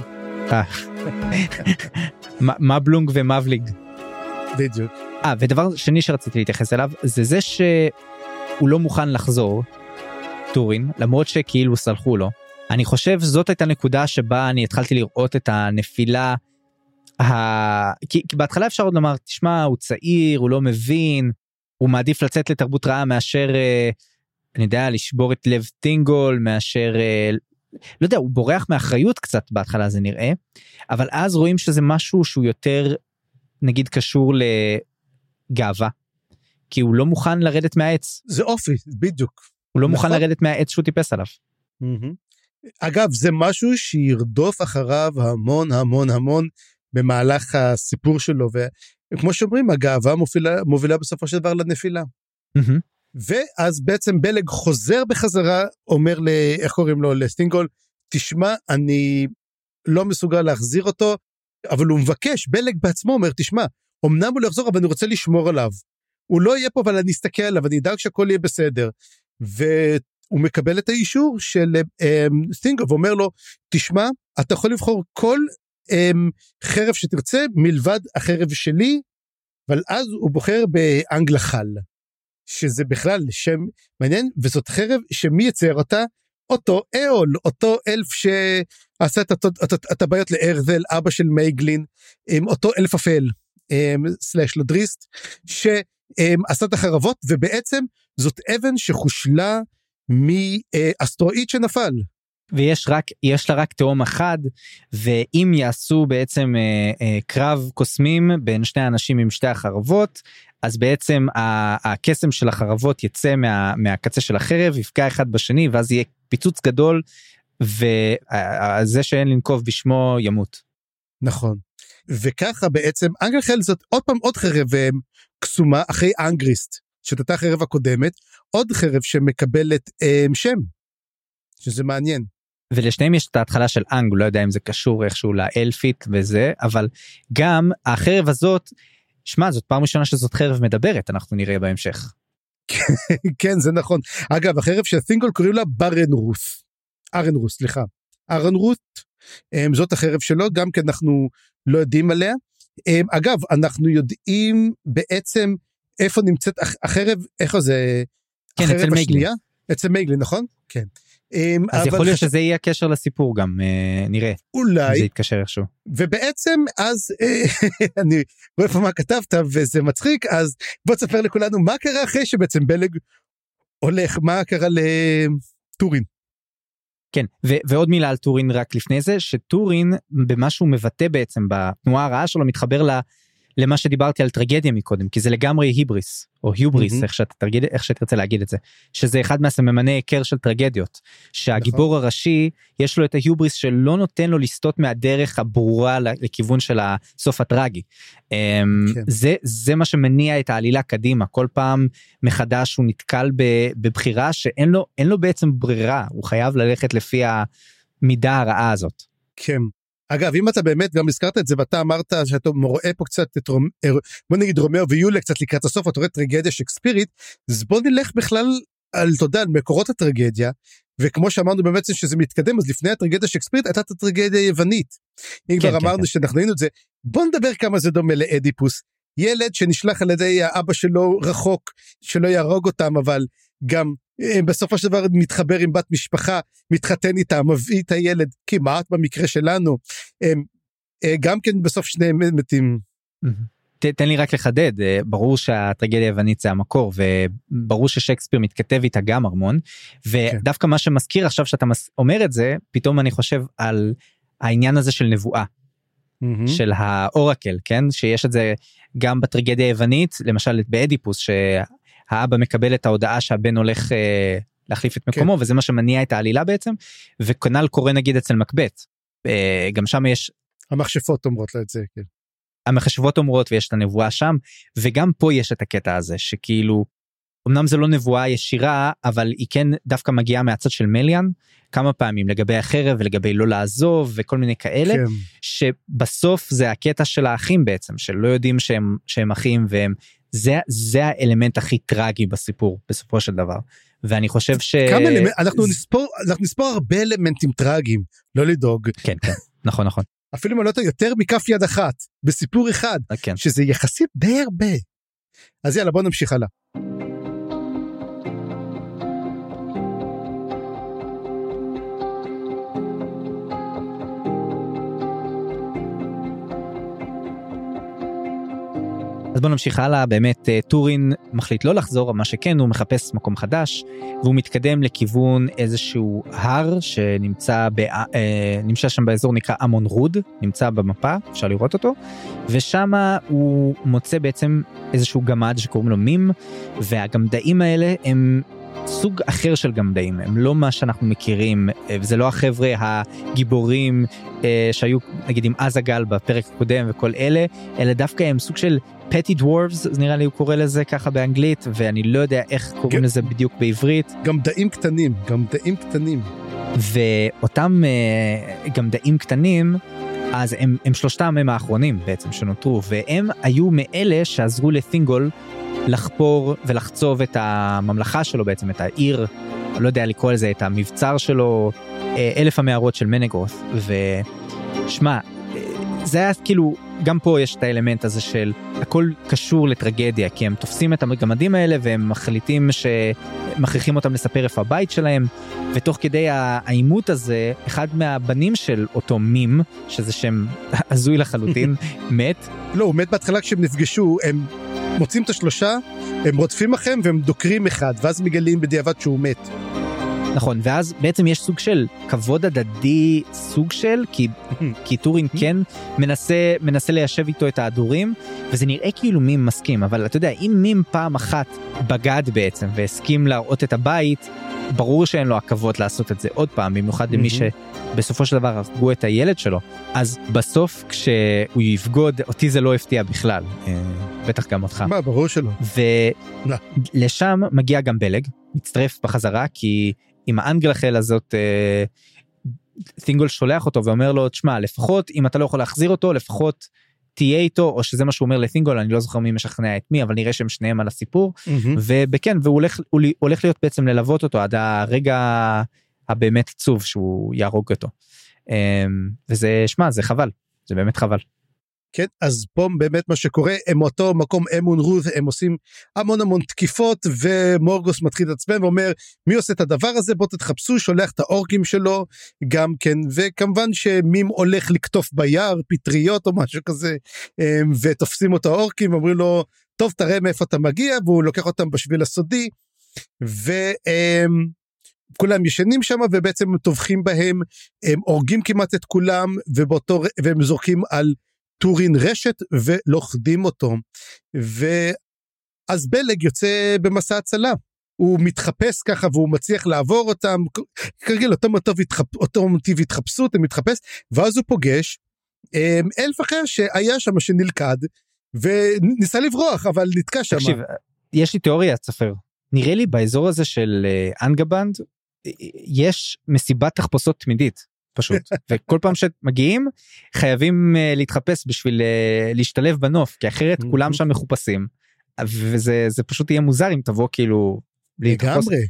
מבלונג ומבליג. בדיוק. ודבר שני שרציתי להתייחס אליו, זה שהוא לא מוכן לחזור, טורין, למרות שכאילו סלחו לו. אני חושב זאת הייתה נקודה שבה אני התחלתי לראות את הנפילה, כי בהתחלה אפשר עוד לומר, תשמע, הוא צעיר, הוא לא מבין, הוא מעדיף לצאת לתרבות רעה מאשר אני יודע, לשבור את לב טינגול מאשר, לא יודע, הוא בורח מאחריות קצת בהתחלה זה נראה, אבל אז רואים שזה משהו שהוא יותר, נגיד, קשור לגאווה, כי הוא לא מוכן לרדת מהעץ. זה אופי, בדיוק. הוא לא מוכן לרדת מהעץ שהוא טיפס עליו. אגב, זה משהו שירדוף אחריו המון המון המון במהלך הסיפור שלו, וכמו שאומרים, הגאווה מובילה בסופו של דבר לנפילה. ואז בעצם בלג חוזר בחזרה, אומר איך קוראים לו, לסטינגול, תשמע, אני לא מסוגל להחזיר אותו, אבל הוא מבקש, בלג בעצמו אומר, תשמע, אמנם הוא לא יחזור, אבל אני רוצה לשמור עליו. הוא לא יהיה פה, אבל אני אסתכל עליו, אני אדאג שהכל יהיה בסדר. והוא מקבל את האישור של סטינגול, ואומר לו, תשמע, אתה יכול לבחור כל חרב שתרצה, מלבד החרב שלי, אבל אז הוא בוחר באנגלחל. שזה בכלל שם מעניין, וזאת חרב שמי יצייר אותה? אותו אהול, אותו אלף שעשה את הבעיות לארזל, אבא של מייגלין, אותו אלף אפל, סלש לדריסט, שעשה את החרבות, ובעצם זאת אבן שחושלה מאסטרואיד שנפל. ויש לה רק תאום אחד, ואם יעשו בעצם קרב קוסמים בין שני אנשים עם שתי החרבות, אז בעצם הקסם של החרבות יצא מהקצה של החרב, יפגע אחד בשני, ואז יהיה פיצוץ גדול, וזה שאין לנקוב בשמו ימות. נכון. וככה בעצם, אנגלחל זאת עוד פעם עוד חרב קסומה, אחרי אנגריסט, שאת אותה חרב הקודמת, עוד חרב שמקבלת שם, שזה מעניין. ולשניהם יש את ההתחלה של אנג, לא יודע אם זה קשור איכשהו לאלפית וזה, אבל גם החרב הזאת, שמע, זאת פעם ראשונה שזאת חרב מדברת, אנחנו נראה בהמשך. כן, זה נכון. אגב, החרב של סינגול קוראים לה ארנרוס, זאת החרב שלו, גם כי אנחנו לא יודעים עליה. אגב, אנחנו יודעים בעצם איפה נמצאת החרב, איך זה? כן, אצל מייגלין. אצל מייגלין, נכון? כן. אז יכול להיות שזה יהיה הקשר לסיפור גם, נראה. אולי. זה יתקשר איכשהו. ובעצם, אז אני רואה פה מה כתבת, וזה מצחיק, אז בוא תספר לכולנו, מה קרה אחרי שבעצם בלג הולך, מה קרה לטורין? כן, ועוד מילה על טורין רק לפני זה, שטורין, במה שהוא מבטא בעצם, בתנועה הרעה שלו, מתחבר למה שדיברתי על טרגדיה מקודם, כי זה לגמרי היבריס, או היובריס, איך שתרצה להגיד את זה, שזה אחד מהסממני עיקר של טרגדיות, שהגיבור הראשי, יש לו את ההיובריס שלא נותן לו לסטות מהדרך הברורה לכיוון של הסוף הטרגי. זה מה שמניע את העלילה קדימה, כל פעם מחדש הוא נתקל בבחירה שאין לו בעצם ברירה, הוא חייב ללכת לפי המידה הרעה הזאת. כן. אגב, אם אתה באמת גם הזכרת את זה, ואתה אמרת שאתה רואה פה קצת את בוא נגיד רומאו ויוליה קצת לקראת הסוף, אתה רואה טרגדיה שקספירית, אז בוא נלך בכלל על מקורות הטרגדיה, וכמו שאמרנו באמת שזה מתקדם, אז לפני הטרגדיה שקספירית הייתה את הטרגדיה היוונית. אם כבר אמרנו שאנחנו ראינו את זה, בוא נדבר כמה זה דומה לאדיפוס, ילד שנשלח על ידי האבא שלו רחוק, שלא יהרוג אותם, אבל גם בסופו של דבר מתחבר עם בת משפחה, מתחתן איתה, מביא את הילד, כמעט במקרה שלנו, גם כן בסוף שניהם מתים. תן לי רק לחדד, ברור שהטרגדיה היוונית זה המקור, וברור ששייקספיר מתכתב איתה גם המון, ודווקא מה שמזכיר עכשיו שאתה אומר את זה, פתאום אני חושב על העניין הזה של נבואה, של האורקל, כן? שיש את זה גם בטרגדיה היוונית, למשל באדיפוס, האבא מקבל את ההודעה שהבן הולך להחליף את מקומו, וזה מה שמניע את העלילה בעצם, וכנ"ל קורה נגיד אצל מקבט, גם שם יש... המכשפות אומרות לה את זה, כן. המכשפות אומרות ויש את הנבואה שם, וגם פה יש את הקטע הזה, שכאילו, אמנם זה לא נבואה ישירה, אבל היא כן דווקא מגיעה מהצד של מליאן, כמה פעמים לגבי החרב ולגבי לא לעזוב וכל מיני כאלה, כן. שבסוף זה הקטע של האחים בעצם, שלא יודעים שהם אחים והם, זה האלמנט הכי טרגי בסיפור, בסופו של דבר. ואני חושב אנחנו נספור הרבה אלמנטים טרגיים, לא לדאוג. כן, כן, נכון. אפילו מלא יותר מכף יד אחת, בסיפור אחד, כן. שזה יחסית די הרבה. אז יאללה, בוא נמשיך הלאה. אז בוא נמשיך הלאה, באמת טורין מחליט לא לחזור, מה שכן הוא מחפש מקום חדש, והוא מתקדם לכיוון איזשהו הר שנמצא נמצא שם באזור נקרא אמון רוד, נמצא במפה, אפשר לראות אותו, ושם הוא מוצא בעצם איזשהו גמד שקוראים לו מים, והגמדאים האלה הם סוג אחר של גמדאים, הם לא מה שאנחנו מכירים, וזה לא החבר'ה הגיבורים שהיו נגיד עם אזגל בפרק הקודם וכל אלה, אלא דווקא הם סוג של פטי דוורבס, נראה לי הוא קורא לזה ככה באנגלית, ואני לא יודע איך קוראים לזה בדיוק בעברית. גמדאים קטנים, גמדאים קטנים. ואותם גמדאים קטנים, אז הם שלושתם הם האחרונים בעצם שנותרו, והם היו מאלה שעזרו לת'ינגול לחפור ולחצוב את הממלכה שלו בעצם, את העיר, לא יודע לקרוא לזה, את המבצר שלו, 1000 המערות של מנגרות, ושמע, זה היה כאילו, גם פה יש את האלמנט הזה של הכל קשור לטרגדיה, כי הם תופסים את הגמדים האלה והם מחליטים שמכריחים אותם לספר איפה הבית שלהם, ותוך כדי העימות הזה, אחד מהבנים של אותו מים, שזה שם הזוי לחלוטין, מת. לא, הוא מת בהתחלה כשהם נפגשו, הם מוצאים את השלושה, הם רודפים אחריהם והם דוקרים אחד, ואז מגלים בדיעבד שהוא מת. נכון, ואז בעצם יש סוג של כבוד הדדי, סוג של, כי טורין כן מנסה ליישב איתו את ההדורים, וזה נראה כאילו מים מסכים, אבל אתה יודע, אם מים פעם אחת בגד בעצם, והסכים להראות את הבית, ברור שאין לו הכבוד לעשות את זה עוד פעם, במיוחד למי שבסופו של דבר הרגו את הילד שלו, אז בסוף כשהוא יפגוד, אותי זה לא הפתיע בכלל, בטח גם אותך. מה, ברור שלא. ולשם מגיע גם בלג, מצטרף בחזרה, כי עם האנגלחל הזאת, ת'ינגול שולח אותו ואומר לו, תשמע, לפחות אם אתה לא יכול להחזיר אותו, לפחות תהיה איתו, או שזה מה שהוא אומר לת'ינגול, אני לא זוכר מי משכנע את מי, אבל נראה שהם שניהם על הסיפור, ובכן, והוא הולך להיות בעצם ללוות אותו, עד הרגע הבאמת עצוב שהוא יהרוג אותו. וזה, שמע, זה חבל, זה באמת חבל. כן, אז פה באמת מה שקורה, הם אותו מקום אמון רוד, הם עושים המון תקיפות, ומורגוס מתחיל לעצבן ואומר, מי עושה את הדבר הזה? בוא תתחפשו, שולח את האורקים שלו, גם כן, וכמובן שמים הולך לקטוף ביער, פטריות או משהו כזה, ותופסים אותו האורקים, ואומרים לו, טוב, תראה מאיפה אתה מגיע, והוא לוקח אותם בשביל הסודי, כולם ישנים שם, ובעצם טובחים בהם, הם הורגים כמעט את כולם, והם זורקים על טורין רשת ולוחדים אותו, ואז בלג יוצא במסע הצלה, הוא מתחפש ככה והוא מצליח לעבור אותם, כרגיל אותו מוטיב התחפשות, הוא מתחפש, ואז הוא פוגש אלף אחר שהיה שם שנלכד, וניסה לברוח אבל נתקע שם. תקשיב, יש לי תיאוריה צפר, נראה לי באזור הזה של אנגבנד, יש מסיבת תחפושות תמידית, פשוט, וכל פעם שמגיעים חייבים להתחפש בשביל להשתלב בנוף, כי אחרת כולם שם מחופשים, וזה פשוט יהיה מוזר אם תבוא כאילו להתחפש. לגמרי.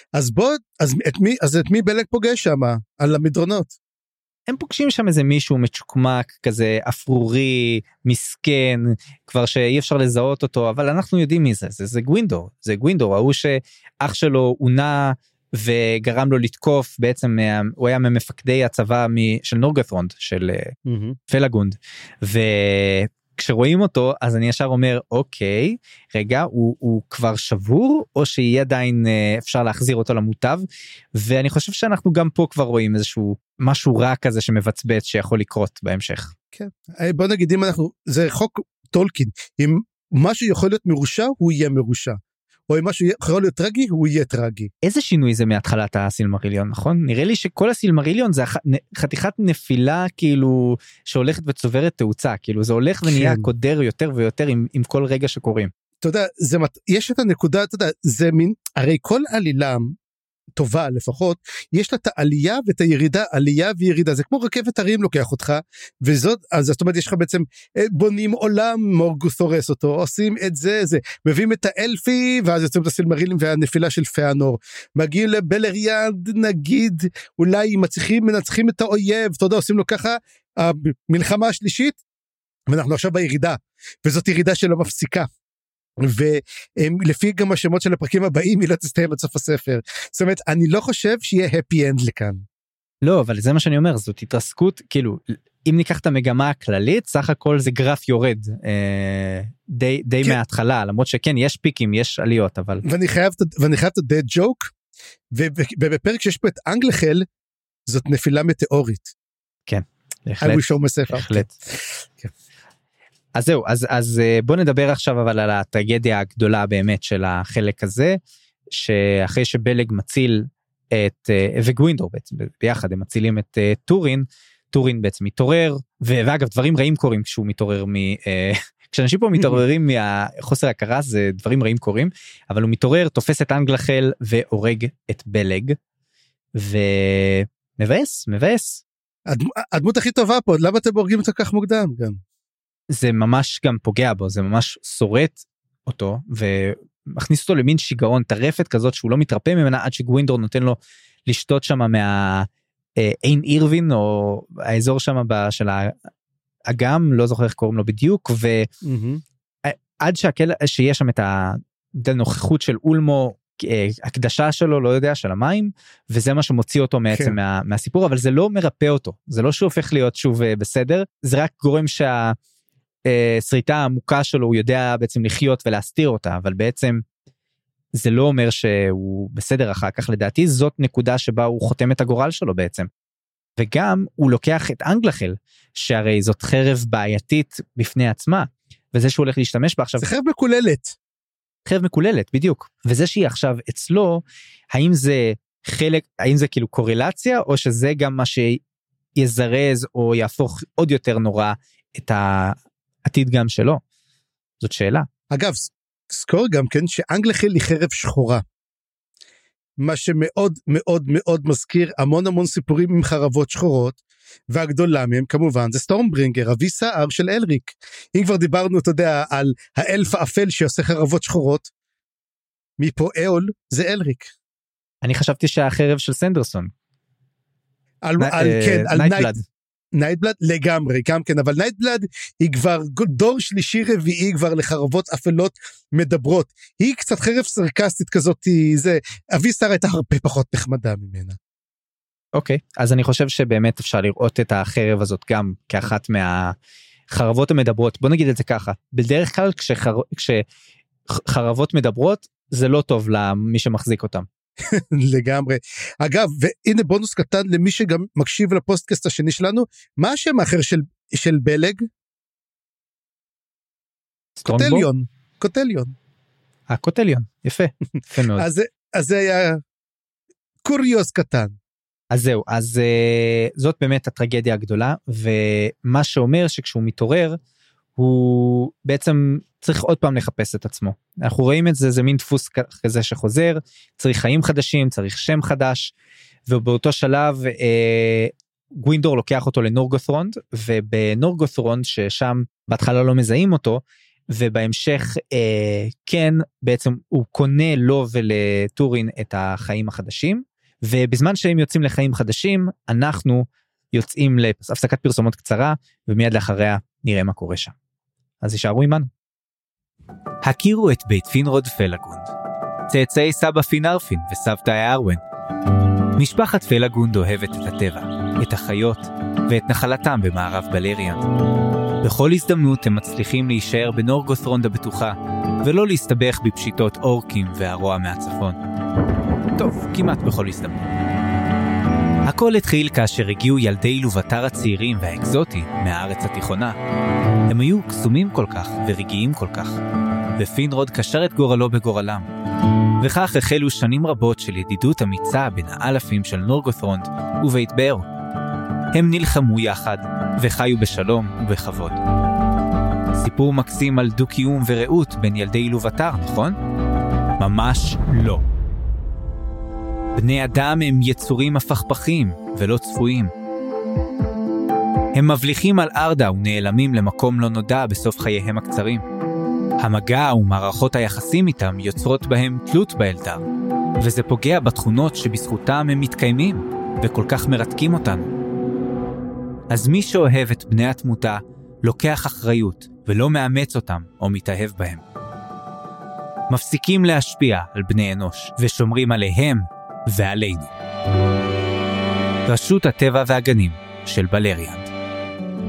אז את מי בלג פוגש שם על המדרונות? הם פוגשים שם איזה מישהו מצ'וקמק כזה אפרורי, מסכן, כבר שאי אפשר לזהות אותו, אבל אנחנו יודעים מי זה, זה גווינדור, זה גווינדור, ההוא שאח שלו עונה וגרם לו לתקוף, בעצם הוא היה ממפקדי הצבא של נורגת'רונד, של פלגונד, וכשרואים אותו, אז אני ישר אומר, אוקיי, רגע, הוא כבר שבור, או שיהיה עדיין אפשר להחזיר אותו למוטב, ואני חושב שאנחנו גם פה כבר רואים איזשהו משהו רע כזה שמבצבץ שיכול לקרות בהמשך. כן, בוא נגיד, זה חוק טולקין, אם משהו יכול להיות מרושע, הוא יהיה מרושע. או אם משהו יכול להיות טרגי, הוא יהיה טרגי. איזה שינוי זה מהתחלת הסילמריליון, נכון? נראה לי שכל הסילמריליון זה חתיכת נפילה כאילו שהולכת וצוברת תאוצה, כאילו זה הולך ונהיה קודר יותר ויותר עם כל רגע שקוראים. אתה יודע, יש את הנקודה, אתה יודע, זה מין, הרי כל עלילה טובה לפחות, יש לה את העלייה ואת הירידה, עלייה וירידה, זה כמו רכבת הרים לוקח אותך, וזאת, אז זאת אומרת, יש לך בעצם, בונים עולם, מורגוס הורס אותו, עושים את זה, מביאים את האלפי, ואז יוצאים את הסילמרילים והנפילה של פאנור, מגיעים לבלריאד, נגיד, אולי מנצחים את האויב, אתה יודע, עושים לו ככה, המלחמה השלישית, ואנחנו עכשיו בירידה, וזאת ירידה שלא מפסיקה, ולפי גם השמות של הפרקים הבאים היא לא תסתיים עד סוף הספר, זאת אומרת אני לא חושב שיהיה happy end לכאן. לא, אבל זה מה שאני אומר, זאת התרסקות, כאילו אם ניקח את המגמה הכללית, סך הכל זה גרף יורד, די מההתחלה, למרות שכן, יש פיקים, יש עליות, אבל... ואני חייב את הדד ג'וק, ובפרק שיש פה את אנגלחל, זאת נפילה מטאורית. כן, בהחלט. בהחלט. אז זהו, אז בוא נדבר עכשיו אבל על הטרגדיה הגדולה באמת של החלק הזה, שאחרי שבלג מציל וגווינדור בעצם, ביחד הם מצילים את טורין בעצם מתעורר, ואגב דברים רעים קורים כשהוא מתעורר כשאנשים פה מתעוררים מהחוסר הכרה, זה דברים רעים קורים, אבל הוא מתעורר, תופס את אנגלחל והורג את בלג, מבאס. הדמות הכי טובה פה, למה אתם הורגים אותו כך מוקדם גם? זה ממש גם פוגע בו, זה ממש שורט אותו, ומכניס אותו למין שיגעון טרפת כזאת, שהוא לא מתרפא ממנה, עד שגווינדור נותן לו לשתות שם עין אירווין, או האזור שם של האגם, לא זוכר איך קוראים לו בדיוק, ועד שיש שם את הנוכחות של אולמו, הקדשה שלו, לא יודע, של המים, וזה מה שמוציא אותו בעצם מהסיפור, אבל זה לא מרפא אותו, זה לא שהוא הופך להיות שוב בסדר, זה רק גורם שהשריטה העמוקה שלו, הוא יודע בעצם לחיות ולהסתיר אותה, אבל בעצם זה לא אומר שהוא בסדר אחר כך, לדעתי זאת נקודה שבה הוא חותם את הגורל שלו בעצם, וגם הוא לוקח את אנגלחל, שהרי זאת חרב בעייתית בפני עצמה, וזה שהוא הולך להשתמש בה עכשיו. זה חרב מקוללת. חרב מקוללת, בדיוק. וזה שהיא עכשיו אצלו, האם זה כאילו קורלציה, או שזה גם מה שיזרז, או יהפוך עוד יותר נורא את העתיד גם שלו? זאת שאלה. אגב, זכור גם כן שאנגלחל היא חרב שחורה. מה שמאוד מאוד מאוד מזכיר המון סיפורים עם חרבות שחורות, והגדולה מהם כמובן זה סטורמברינגר, אבי סער של אלריק. אם כבר דיברנו, אתה יודע, על האלף האפל שעושה חרבות שחורות, מפה אול זה אלריק. אני חשבתי שהחרב של סנדרסון. על נייטבלד. נייטבלד לגמרי, גם כן, אבל נייטבלד היא כבר דור שלישי רביעי כבר לחרבות אפלות מדברות. היא קצת חרב סרקסטית כזאת, זה, אבי סער הייתה הרבה פחות נחמדה ממנה. אוקיי, אז אני חושב שבאמת אפשר לראות את החרב הזאת גם כאחת מהחרבות המדברות. בוא נגיד את זה ככה, בדרך כלל כשחרבות מדברות, זה לא טוב למי שמחזיק אותם. לגמרי. אגב, והנה בונוס קטן למי שגם מקשיב לפודקאסט השני שלנו, מה השם האחר של בלג? קוטליון. קוטליון, יפה מאוד. אז זה היה קוריוז קטן. אז זהו, אז זאת באמת הטרגדיה הגדולה, ומה שאומר שכשהוא מתעורר, הוא בעצם צריך עוד פעם לחפש את עצמו. אנחנו רואים את זה, זה מין דפוס כזה שחוזר, צריך חיים חדשים, צריך שם חדש, ובאותו שלב גווינדור לוקח אותו לנורגות'רונד, ובנורגות'רונד ששם בהתחלה לא מזהים אותו, ובהמשך כן, בעצם הוא קונה לו ולטורין את החיים החדשים, ובזמן שהם יוצאים לחיים חדשים, אנחנו יוצאים להפסקת פרסומות קצרה, ומיד לאחריה נראה מה קורה שם. אז יישארו עמנו. הכירו את בית פינרוד פלגונד. צאצאי סבא פינרפין וסבתא ארוון. משפחת פלגונד אוהבת את הטבע, את החיות, ואת נחלתם במערב בלריאנד. בכל הזדמנות הם מצליחים להישאר בנורגות'רונד הבטוחה, ולא להסתבך בפשיטות אורקים והרוע מהצפון. טוב, כמעט בכל הזדמנות. הכל התחיל כאשר הגיעו ילדי לובטר הצעירים והאקזוטי מהארץ התיכונה. הם היו קסומים כל כך ורגעיים כל כך, ופינרוד קשר את גורלו בגורלם. וכך החלו שנים רבות של ידידות אמיצה בין האלפים של נורגות'רונד ובית באר. הם נלחמו יחד וחיו בשלום ובכבוד. סיפור מקסים על דו-קיום ורעות בין ילדי לובטר, נכון? ממש לא. בני אדם הם יצורים הפכפכים ולא צפויים. הם מבליחים על ארדה ונעלמים למקום לא נודע בסוף חייהם הקצרים. המגע ומערכות היחסים איתם יוצרות בהם תלות באלתר, וזה פוגע בתכונות שבזכותם הם מתקיימים וכל כך מרתקים אותנו. אז מי שאוהב את בני התמותה לוקח אחריות ולא מאמץ אותם או מתאהב בהם. מפסיקים להשפיע על בני אנוש ושומרים עליהם ועלינו. רשות הטבע והגנים של בלריאנד.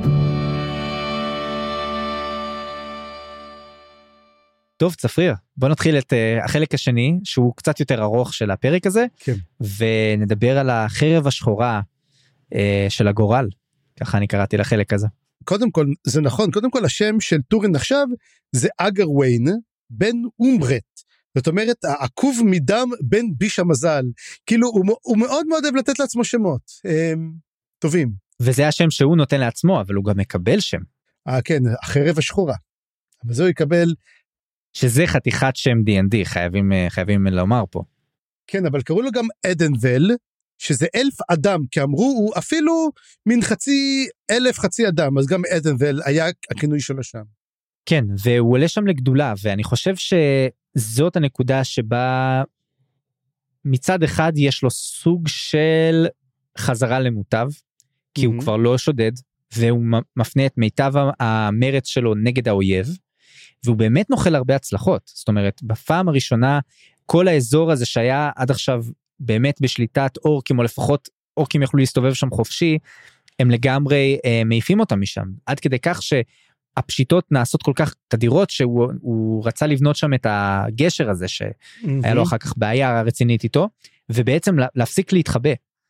טוב, צפריר, בוא נתחיל את החלק השני, שהוא קצת יותר ארוך של הפרק הזה, כן. ונדבר על החרב השחורה של הגורל, ככה אני קראתי לחלק הזה. קודם כל, זה נכון, קודם כל השם של טורין עכשיו, זה אגרוויין, בן אומברט, זאת אומרת, העקוב מדם בן ביש המזל, כאילו הוא מאוד מאוד אוהב לתת לעצמו שמות, טובים. וזה השם שהוא נותן לעצמו, אבל הוא גם מקבל שם. כן, החרב השחורה, אבל זה הוא יקבל, שזה חתיכת שם D&D, חייבים לומר פה. כן, אבל קראו לו גם אדנבל, שזה אלף אדם, כי אמרו, הוא אפילו מן חצי אלף חצי אדם, אז גם אדנבל היה הכינוי שלו שם. כן, והוא עולה שם לגדולה, ואני חושב שזאת הנקודה שבה מצד אחד יש לו סוג של חזרה למוטב, כי הוא כבר לא שודד, והוא מפנה את מיטב המרץ שלו נגד האויב, והוא באמת נוכל הרבה הצלחות, זאת אומרת, בפעם הראשונה, כל האזור הזה שהיה עד עכשיו באמת בשליטת אורקים, או לפחות אורקים יכלו להסתובב שם חופשי, הם לגמרי מעיפים אותם משם, עד כדי כך שהפשיטות נעשות כל כך תדירות, שהוא רצה לבנות שם את הגשר הזה, שהיה לו אחר כך בעיה רצינית איתו, ובעצם להפסיק להתחבא,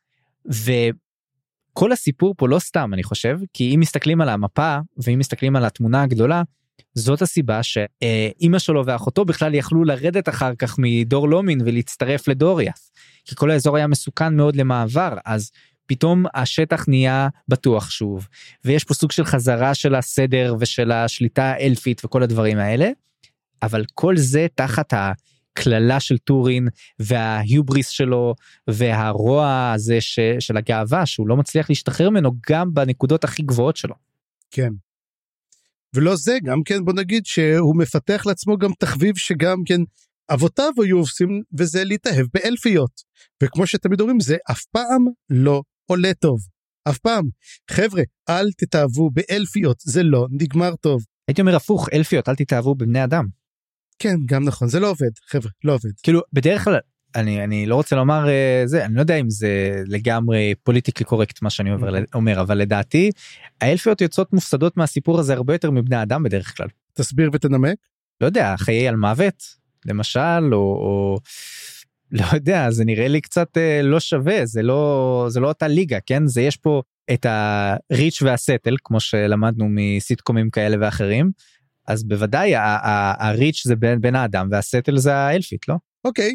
וכל הסיפור פה לא סתם, אני חושב, כי אם מסתכלים על המפה, ואם מסתכלים על התמונה הגדולה, זאת הסיבה שאמא שלו ואחותו בכלל יכלו לרדת אחר כך מדור לומין ולהצטרף לדוריאס, כי כל האזור היה מסוכן מאוד למעבר, אז פתאום השטח נהיה בטוח שוב, ויש פה סוג של חזרה של הסדר ושל השליטה האלפית וכל הדברים האלה, אבל כל זה תחת הכללה של טורין וההיובריס שלו והרוע הזה של הגאווה, שהוא לא מצליח להשתחרר ממנו גם בנקודות הכי גבוהות שלו. כן. ולא זה, גם כן בוא נגיד שהוא מפתח לעצמו גם תחביב שגם כן אבותיו היו עושים, וזה להתאהב באלפיות. וכמו שתמיד אומרים, זה אף פעם לא עולה טוב. אף פעם. חבר'ה, אל תתאהבו באלפיות, זה לא נגמר טוב. הייתי אומר הפוך, אלפיות, אל תתאהבו בבני אדם. כן, גם נכון, זה לא עובד, חבר'ה, לא עובד. כאילו, בדרך כלל, אני לא רוצה לומר זה, אני לא יודע אם זה לגמרי פוליטיקלי קורקט מה שאני אומר, אבל לדעתי, האלפיות יוצאות מופסדות מהסיפור הזה הרבה יותר מבני אדם בדרך כלל. תסביר ותנמק. לא יודע, חיי על מוות, למשל, או לא יודע, זה נראה לי קצת לא שווה, זה לא אותה ליגה, כן? זה יש פה את הריץ' והסטל, כמו שלמדנו מסיטקומים כאלה ואחרים, אז בוודאי הריץ' זה בין האדם, והסטל זה האלפית, לא? אוקיי,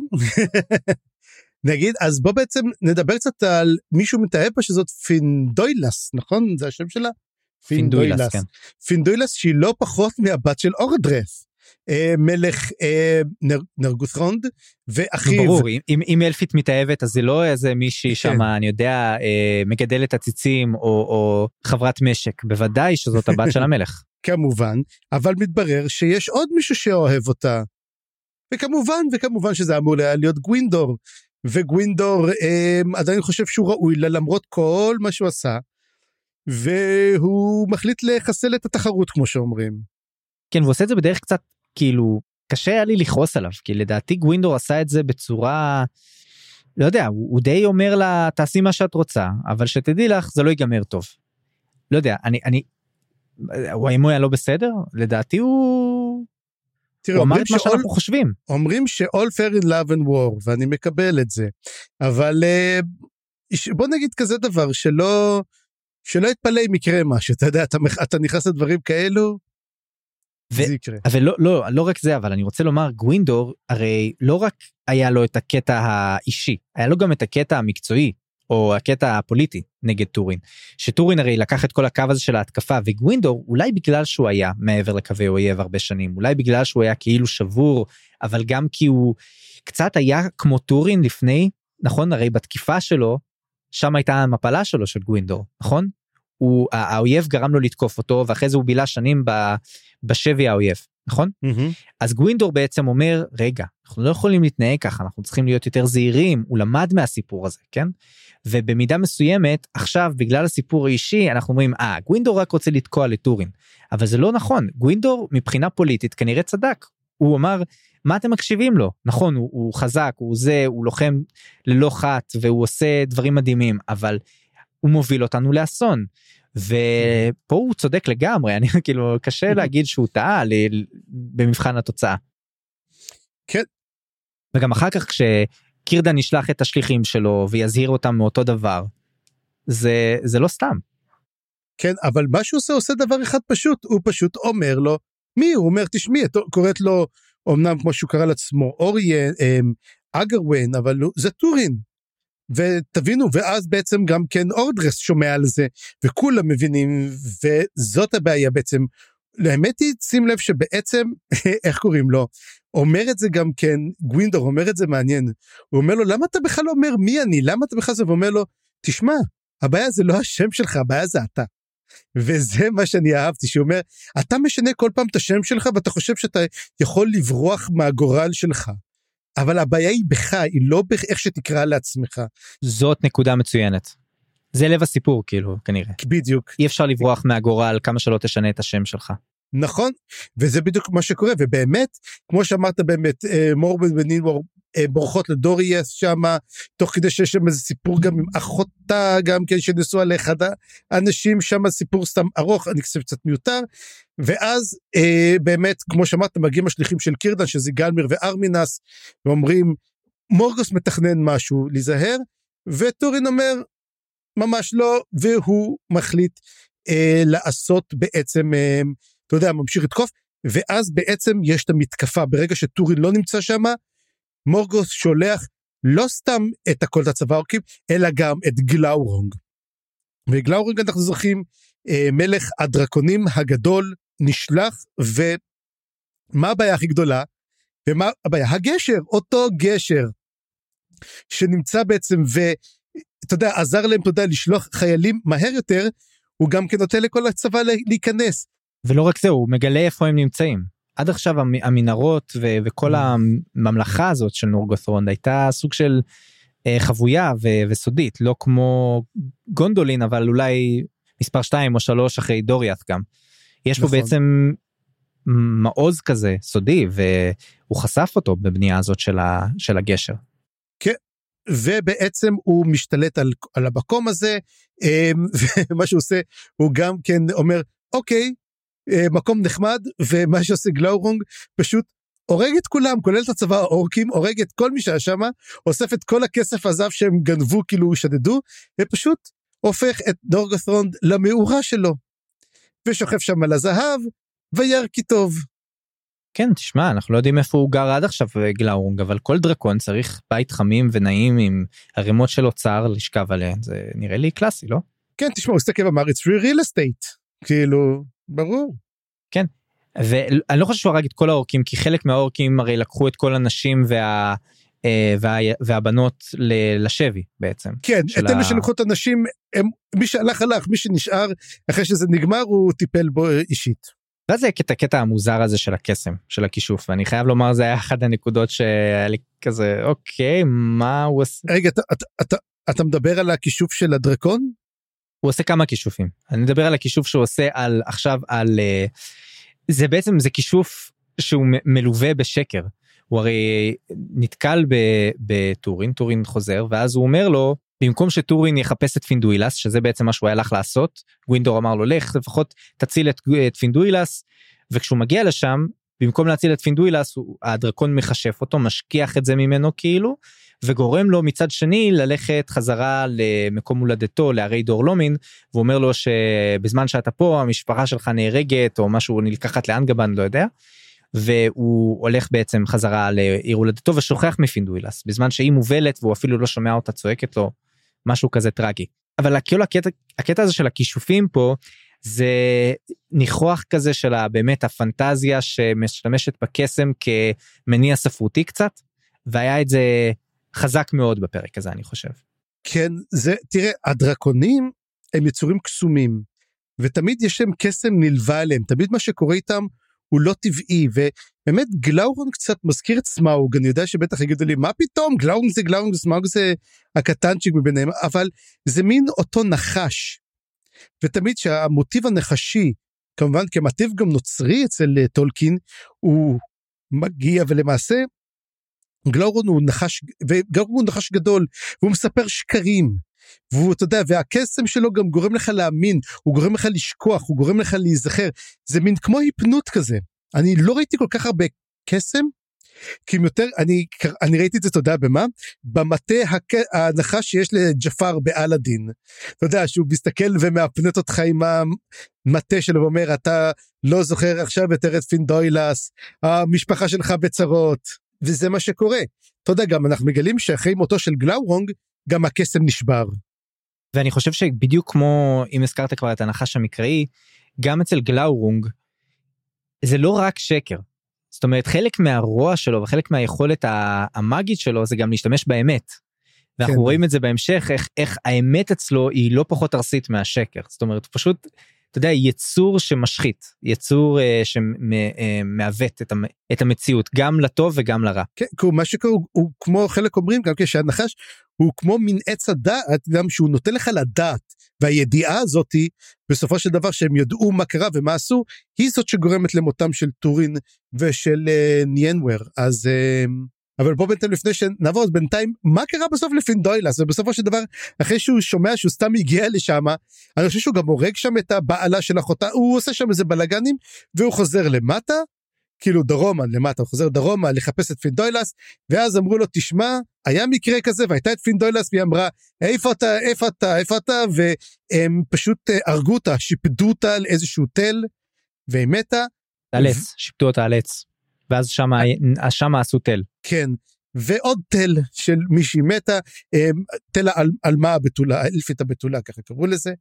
נגיד, אז בוא בעצם נדבר קצת על מישהו מתאהב בה שזאת פינדוילס, נכון? זה השם שלה? פינדוילס, כן. פינדוילס שהיא לא פחות מהבת של אורדרף, מלך נרגות'רונד, ואחיו. ברור, אם אלפית מתאהבת, אז זה לא איזה מישהי שם, אני יודע, מגדל את הציצים, או חברת משק, בוודאי שזאת הבת של המלך. כמובן, אבל מתברר שיש עוד מישהו שאוהב אותה, וכמובן שזה אמור להיות גווינדור, וגווינדור עדיין חושב שהוא ראוי לה למרות כל מה שהוא עשה, והוא מחליט לחסל את התחרות כמו שאומרים. כן, והוא עושה את זה בדרך קצת, כאילו, קשה היה לי לכעוס עליו, כי לדעתי גווינדור עשה את זה בצורה, לא יודע, הוא די אומר לה, תעשי מה שאת רוצה, אבל שתדעי לך, זה לא ייגמר טוב. לא יודע, האם הוא היה לא בסדר? לדעתי הוא אמר את מה שאנחנו חושבים. אומרים ש-all fair in love and war, ואני מקבל את זה, אבל בוא נגיד כזה דבר, שלא יתפלא אם יקרה משהו, אתה יודע, אתה נכנס לדברים כאלו, זה יקרה. אבל לא רק זה, אבל אני רוצה לומר, גווינדור, הרי לא רק היה לו את הקטע האישי, היה לו גם את הקטע המקצועי, או הקטע הפוליטי נגד טורין, שטורין הרי לקח את כל הקו הזה של ההתקפה, וגווינדור, אולי בגלל שהוא היה מעבר לקווי אויב הרבה שנים, אולי בגלל שהוא היה כאילו שבור, אבל גם כי הוא קצת היה כמו טורין לפני, נכון, הרי בתקיפה שלו, שם הייתה המפלה שלו של גווינדור, נכון? האויב גרם לו לתקוף אותו, ואחרי זה הוא בילה שנים בשבי האויב, נכון? אז גווינדור בעצם אומר, רגע, אנחנו לא יכולים להתנהג ככה, אנחנו צריכים להיות יותר זהירים, הוא למד מהסיפור הזה, כן? ובמידה מסוימת, עכשיו, בגלל הסיפור האישי, אנחנו אומרים, גווינדור רק רוצה לתקוע לטורין, אבל זה לא נכון, גווינדור מבחינה פוליטית כנראה צדק, הוא אמר, מה אתם מקשיבים לו? נכון, הוא חזק, הוא לוחם ללא חת, והוא עושה דברים מדהימים, אבל הוא מוביל אותנו לאסון, ופה הוא צודק לגמרי, אני כאילו קשה להגיד שהוא טעה במבחן התוצאה. כן. וגם אחר כך כשקירדן ישלח את השליחים שלו ויזהיר אותם מאותו דבר, זה לא סתם. כן, אבל מה שהוא עושה דבר אחד פשוט, הוא פשוט אומר לו, מי? הוא אומר, תשמעי, קוראת לו, אמנם כמו שהוא קרא לעצמו, אוריין, אגרווין, אבל זה טורין. ותבינו, ואז בעצם גם כן אורדרס שומע על זה, וכולם מבינים, וזאת הבעיה בעצם. לאמת היא, שים לב שבעצם, איך קוראים לו, אומר את זה גם כן, גווינדור אומר את זה מעניין, הוא אומר לו, למה אתה בכלל אומר מי אני? למה אתה בכלל זה? ואומר לו, תשמע, הבעיה זה לא השם שלך, הבעיה זה אתה. וזה מה שאני אהבתי, שהוא אומר, אתה משנה כל פעם את השם שלך, ואתה חושב שאתה יכול לברוח מהגורל שלך. אבל הבעיה היא בך, היא לא באיך שתקרא לעצמך. זאת נקודה מצוינת. זה לב הסיפור, כאילו, כנראה. בדיוק. אי אפשר לברוח מהגורל כמה שלא תשנה את השם שלך. נכון, וזה בדיוק מה שקורה, ובאמת, כמו שאמרת באמת, מורבן ונינבור בורחות לדוריאס שם, תוך כדי שיש שם איזה סיפור גם עם אחותה, גם כן שנסוע לאחד האנשים שם, סיפור סתם ארוך, אני חושב קצת מיותר, ואז באמת, כמו שאמרת, מגיעים השליחים של קירדן, שזה גלמיר וארמינס, ואומרים, מורגוס מתכנן משהו, להיזהר, וטורין אומר, ממש לא, והוא מחליט לעשות בעצם, אתה יודע, ממשיך לתקוף, ואז בעצם יש את המתקפה, ברגע שטורין לא נמצא שם, מורגוס שולח לא סתם את הכל את הצבא האורקים, אלא גם את גלאורונג. וגלאורונג אנחנו זוכרים, מלך הדרקונים הגדול נשלח, ומה הבעיה הכי גדולה? ומה הבעיה? הגשר, אותו גשר, שנמצא בעצם, ואתה יודע, עזר להם, אתה יודע, לשלוח חיילים מהר יותר, הוא גם כן נותן לכל הצבא להיכנס. ולא רק זה, הוא מגלה איפה הם נמצאים. עד עכשיו המנהרות וכל הממלכה הזאת של נורגות'רונד הייתה סוג של חבויה וסודית, לא כמו גונדולין, אבל אולי מספר 2 או 3 אחרי דוריאט גם. יש פה בעצם מעוז כזה סודי, והוא חשף אותו בבנייה הזאת של הגשר. כן, ובעצם הוא משתלט על המקום הזה, ומה שהוא עושה, הוא גם כן אומר, אוקיי, מקום נחמד, ומה שעושה גלאורונג, פשוט הורג את כולם, כולל את הצבא האורקים, הורג את כל מי שהיה שם, אוסף את כל הכסף הזהב שהם גנבו, כאילו שדדו, ופשוט הופך את נורגות'רונד למאורה שלו, ושוכב שם על הזהב, וירקי טוב. כן, תשמע, אנחנו לא יודעים איפה הוא גר עד עכשיו גלאורונג, אבל כל דרקון צריך בית חמים ונעים עם הרימות של אוצר לשכב עליהן, זה נראה לי קלאסי, לא? כן, תשמע, הוא הסתכל ואמר, it's free real estate, כאילו, ברור. כן, ואני לא חושב שהוא הרג את כל האורקים, כי חלק מהאורקים הרי לקחו את כל הנשים והבנות לשבי בעצם. כן, את אלה שלקחו את הנשים, מי שהלך הלך, מי שנשאר, אחרי שזה נגמר, הוא טיפל בו אישית. ואז זה הקטע המוזר הזה של הקסם, של הכישוף, ואני חייב לומר, זה היה אחת הנקודות שהיה לי כזה, אוקיי, מה הוא עושה? רגע, אתה מדבר על הכישוף של הדרקון? הוא עושה כמה כישופים. אני מדבר על הכישוף שהוא עושה עכשיו על, זה בעצם, זה כישוף שהוא מלווה בשקר. הוא הרי נתקל בטורין, טורין חוזר, ואז הוא אומר לו, במקום שטורין יחפש את פינדואילס, שזה בעצם מה שהוא הלך לעשות, גווינדור אמר לו, לך לפחות תציל את פינדואילס, וכשהוא מגיע לשם, במקום להציל את פינדואילס, הדרקון מחשף אותו, משכיח את זה ממנו כאילו, וגורם לו מצד שני ללכת חזרה למקום הולדתו, לערי דורלומין, ואומר לו שבזמן שאתה פה, המשפחה שלך נהרגת, או משהו נלקחת לאנגבן, לא יודע, והוא הולך בעצם חזרה לעיר הולדתו, ושוכח מפינדואילס, בזמן שהיא מובלת, והוא אפילו לא שומע אותה, צועקת לו, משהו כזה טרגי. אבל הקטע הזה של הכישופים פה, זה ניחוח כזה של באמת הפנטזיה, שמשתמשת בקסם כמניע ספרותי קצת, והיה את זה חזק מאוד בפרק הזה, אני חושב. כן, תראה, הדרקונים הם יצורים קסומים, ותמיד יש להם קסם נלווה אליהם, תמיד מה שקורה איתם הוא לא טבעי, ובאמת גלאורונג קצת מזכיר את סמאוג, אני יודע שבטח יגידו לי, מה פתאום, גלאורונג זה גלאורונג, סמאוג זה הקטנצ'יק מביניהם, אבל זה מין אותו נחש, ותמיד שהמוטיב הנחשי, כמובן כמוטיב גם נוצרי אצל טולקין, הוא מגיע ולמעשה, גלאורונג הוא נחש גדול, והוא מספר שקרים, והוא, אתה יודע, והקסם שלו גם גורם לך להאמין, הוא גורם לך לשכוח, הוא גורם לך להיזכר, זה מין כמו היפנות כזה, אני לא ראיתי כל כך הרבה קסם, כי יותר, אני ראיתי את זה, אתה יודע במה? במטה ההנחה שיש לג'פר באלאדין. אתה יודע, שהוא מסתכל ומאפנט אותך עם המטה שלו, ואומר, אתה לא זוכר עכשיו את ארץ פינדוילס, המשפחה שלך בצרות, וזה מה שקורה. אתה יודע, גם אנחנו מגלים שאחרי מותו של גלאורונג, גם הקסם נשבר. ואני חושב שבדיוק כמו, אם הזכרת כבר את הנחש המקראי, גם אצל גלאורונג, זה לא רק שקר. זאת אומרת, חלק מהרוע שלו, וחלק מהיכולת המאגית שלו, זה גם להשתמש באמת. ואנחנו כן. רואים את זה בהמשך, איך האמת אצלו, היא לא פחות ארסית מהשקר. זאת אומרת, פשוט, אתה יודע, יצור שמשחית, יצור שמעוות את המציאות, גם לטוב וגם לרע. כן, מה שקורה, הוא כמו חלק אומרים, גם כשהנחש, הוא כמו מין עץ הדעת, גם שהוא נותן לך לדעת, והידיעה הזאת, בסופו של דבר שהם ידעו מה קרה ומה עשו, היא זאת שגורמת למותם של טורין ושל ניינוור. אז, אבל בוא בינתיים לפני שנעבור, אז בינתיים, מה קרה בסוף לפינדוילס? ובסופו של דבר, אחרי שהוא שומע שהוא סתם הגיע לשם, אני חושב שהוא גם הורג שם את הבעלה של אחותה, הוא עושה שם איזה בלגנים, והוא חוזר למטה, כאילו דרומה למטה, הוא חוזר דרומה לחפש את פינדוילס, ואז אמרו לו, תשמע, היה מקרה כזה, והייתה את פינדוילס, והיא אמרה, איפה אתה, והם פשוט הרגו אותה, שיפדו אותה על איזשהו תל, והיא מתה. על עץ, שיפדו אותה על עץ, ואז שם עשו תל. כן, ועוד תל של מישהי מתה, תל על מה הבתולה, האלפית הבתולה, ככה קראו לזה,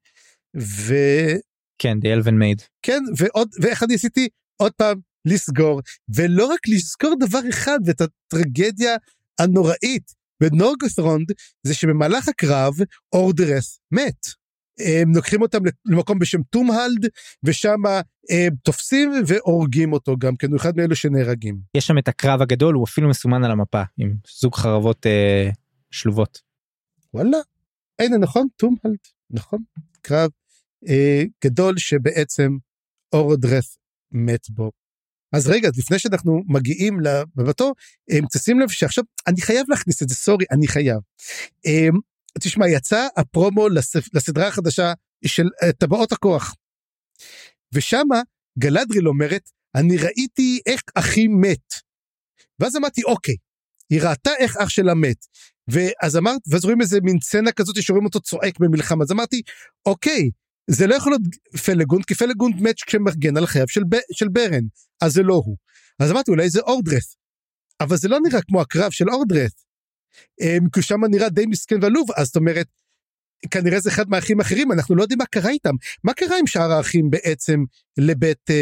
כן, the elven maid. כן, ואיך אני עשיתי עוד פעם, לסגור, ולא רק לסגור דבר אחד, ואת הטרגדיה הנוראית בנורגות'רונד, זה שבמהלך הקרב, אורדרס מת. הם לוקחים אותם למקום בשם טומהלד, ושם תופסים והורגים אותו גם, כן, הוא אחד מאלו שנהרגים. יש שם את הקרב הגדול, הוא אפילו מסומן על המפה, עם זוג חרבות שלובות. וואלה, הנה נכון, טומהלד, נכון, קרב גדול שבעצם אורדרס מת בו. אז רגע, לפני שאנחנו מגיעים לבתו, תשים לב שעכשיו, אני חייב להכניס את זה, סורי, אני חייב. תשמע, יצא הפרומו לסדרה החדשה של טבעות הכוח. ושמה, גלדריל אומרת, אני ראיתי איך אחי מת. ואז אמרתי, אוקיי, היא ראתה איך אח שלה מת. ואז רואים איזה מין סצנה כזאת, שרואים אותו צועק במלחמה. אז אמרתי, אוקיי, זה לא יכול להיות פלגונד, כי פלגונד מת כשמגן על חייו של ברן, אז זה לא הוא. אז אמרתי, אולי זה אורדרס, אבל זה לא נראה כמו הקרב של אורדרס, כי שם נראה די מסכן ועלוב, אז זאת אומרת, כנראה זה אחד מהאחים האחרים, אנחנו לא יודעים מה קרה איתם, מה קרה עם שאר האחים בעצם לבית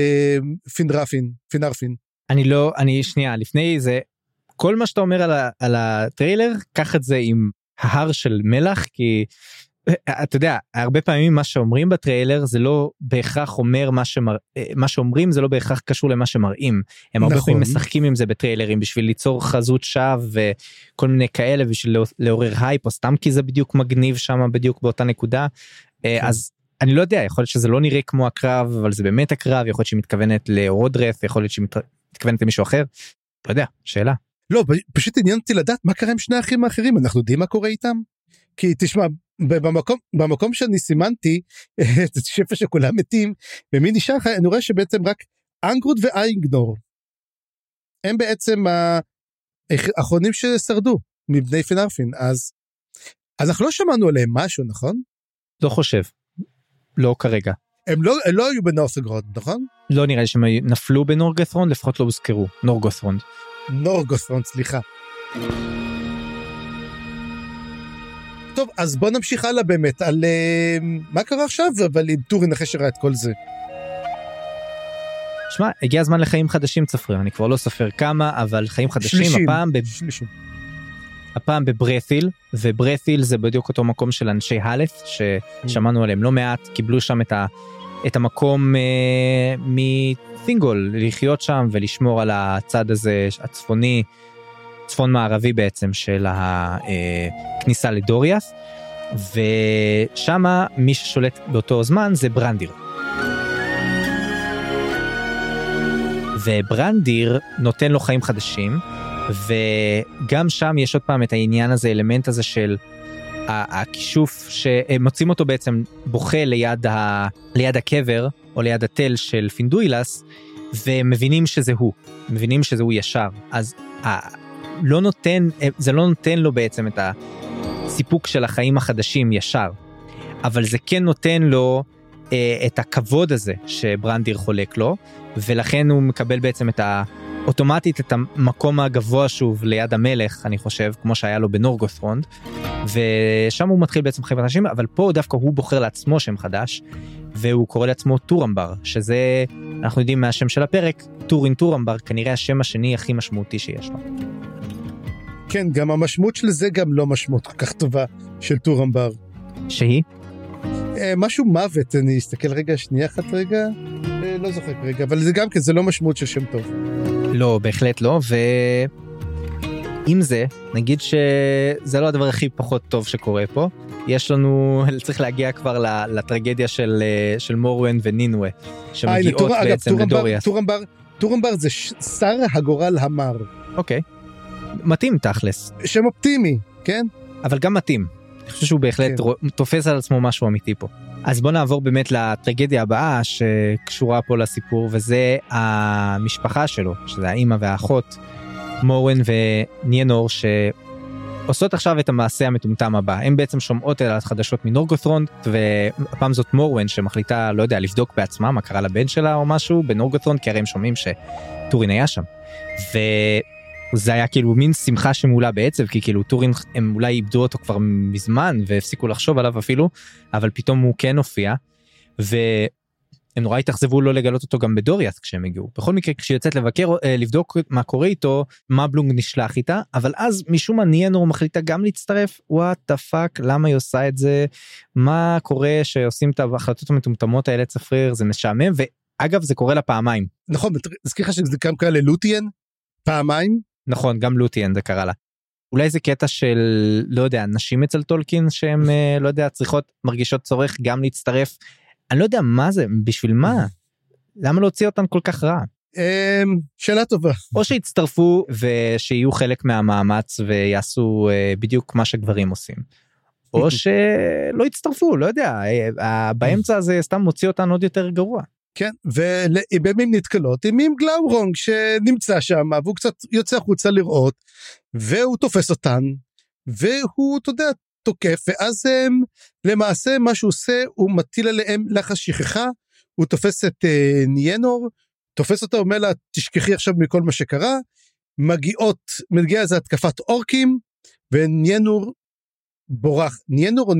פינרפין? שנייה, לפני זה, כל מה שאתה אומר על הטריילר, קח את זה עם ההר של מלח, כי אתה יודע, הרבה פעמים מה שאומרים בטריילר, זה לא בהכרח אומר מה שאומרים, זה לא בהכרח קשור למה שמראים. הם הרבה פעמים משחקים עם זה בטריילרים, בשביל ליצור חזות שווא, וכל מיני כאלה, בשביל לעורר הייפ, או סתם כי זה בדיוק מגניב שם, בדיוק באותה נקודה. אז אני לא יודע, יכול להיות שזה לא נראה כמו הקרב, אבל זה באמת הקרב, יכול להיות שהיא מתכוונת לאורדרס, יכול להיות שהיא מתכוונת למישהו אחר. לא יודע, שאלה. לא, פשוט עניין אותי לדעת מה קרה עם שני האחים האחרים, אנחנו יודעים מה קורה איתם? כי תשמע, במקום שאני סימנתי, את שפע שכולם מתים, ומי נשאר, אני רואה שבעצם רק אנגרוד ואיינגנור, הם בעצם האחרונים ששרדו, מבני פינרפין, אז אנחנו לא שמענו עליהם משהו, נכון? לא חושב, לא כרגע. הם לא היו בנורסגרוד, נכון? לא נראה לי שהם נפלו בנורגות'רונד, לפחות לא הוזכרו, נורגות'רונד, סליחה. טוב, אז בוא נמשיך הלאה באמת, על מה קרה עכשיו, אבל עם טורין אחרי שראה את כל זה. שמע, הגיע הזמן לחיים חדשים צפרי, אני כבר לא סופר כמה, אבל חיים חדשים, הפעם בברת'יל, וברת'יל זה בדיוק אותו מקום של אנשי הלף, ששמענו עליהם לא מעט, קיבלו שם את המקום מת'ינגול, לחיות שם ולשמור על הצד הזה הצפוני, צפון מערבי בעצם של הכניסה לדוריאס, ושמה מי ששולט באותו זמן זה ברנדיר. וברנדיר נותן לו חיים חדשים, וגם שם יש עוד פעם את העניין הזה, אלמנט הזה של הכישוף שמוצאים אותו בעצם בוכה ליד הקבר, או ליד התל של פינדוילס, ומבינים שזה הוא, מבינים שזה הוא ישר. אז זה לא נותן לו בעצם את הסיפוק של החיים החדשים ישר, אבל זה כן נותן לו את הכבוד הזה שברנדיר חולק לו, ולכן הוא מקבל בעצם אוטומטית את המקום הגבוה שוב ליד המלך, אני חושב, כמו שהיה לו בנורגות'רונד, ושם הוא מתחיל בעצם חיים חדשים, אבל פה דווקא הוא בוחר לעצמו שם חדש, והוא קורא לעצמו טורמבר, שזה, אנחנו יודעים מהשם של הפרק, טורין טורמבר, כנראה השם השני הכי משמעותי שיש לו. כן, גם המשמעות של זה גם לא משמעות כל כך טובה של טורמבר. שהיא? משהו מוות, אני אסתכל רגע, שנייה אחת רגע, לא זוכר רגע, אבל זה גם כן, זה לא משמעות של שם טוב. לא, בהחלט לא, ועם זה, נגיד שזה לא הדבר הכי פחות טוב שקורה פה, יש לנו, צריך להגיע כבר לטרגדיה של מורווין ונינווה, שמגיעות בעצם לדוריאס. טורמבר זה שר הגורל המר. אוקיי, מתאים תכלס. שם אופטימי, כן? אבל גם מתאים. אני חושב שהוא בהחלט תופס על עצמו משהו אמיתי פה. אז בוא נעבור באמת לטרגדיה הבאה שקשורה פה לסיפור, וזה המשפחה שלו, שזה האמא והאחות, מורווין וניאנור, שעושות עכשיו את המעשה המטומטם הבא. הן בעצם שומעות על החדשות מנורגות'רונד, והפעם זאת מורווין שמחליטה, לא יודע, לבדוק בעצמה מה קרה לבן שלה או משהו בנורגות'רונד, כי הרי הם שומעים שטורין היה שם. זה היה כאילו מין שמחה שמולה בעצב, כי כאילו טורין, הם אולי איבדו אותו כבר מזמן, והפסיקו לחשוב עליו אפילו, אבל פתאום הוא כן הופיע, והם נורא התאכזבו לא לגלות אותו גם בדוריאס כשהם הגיעו. בכל מקרה, כשיוצאת לבדוק מה קורה איתו, מבלונג נשלח איתה, אבל אז משום מה ניאנור מחליטה גם להצטרף, what the fuck, למה היא עושה את זה, מה קורה שעושים את ההחלטות המטומטמות האלה צפריר, זה משעמם, ואגב זה קורה לה פעמיים. נכון, תזכיר לך שזה גם קרה ללותיאן, פעמיים, נכון, גם לותיאן זה קרה לה. אולי זה קטע של, לא יודע, נשים אצל טולקין שהן, לא יודע, מרגישות צורך גם להצטרף. אני לא יודע מה זה, בשביל מה? למה להוציא אותן כל כך רע? שאלה טובה. או שיצטרפו ושיהיו חלק מהמאמץ ויעשו בדיוק מה שגברים עושים. או שלא יצטרפו, לא יודע, באמצע הזה סתם מוציא אותן עוד יותר גרוע. כן, ובאמים נתקלות עם גלאורונג שנמצא שם, והוא קצת יוצא החוצה לראות, והוא תופס אותן, והוא, אתה יודע, תוקף, ואז למעשה מה שהוא עושה, הוא מטיל עליהם לחץ שכחה, הוא תופס את ניאנור, תופס אותה, אומר לה, תשכחי עכשיו מכל מה שקרה, מגיעה איזו התקפת אורקים, וניאנור בורח, ניאנור או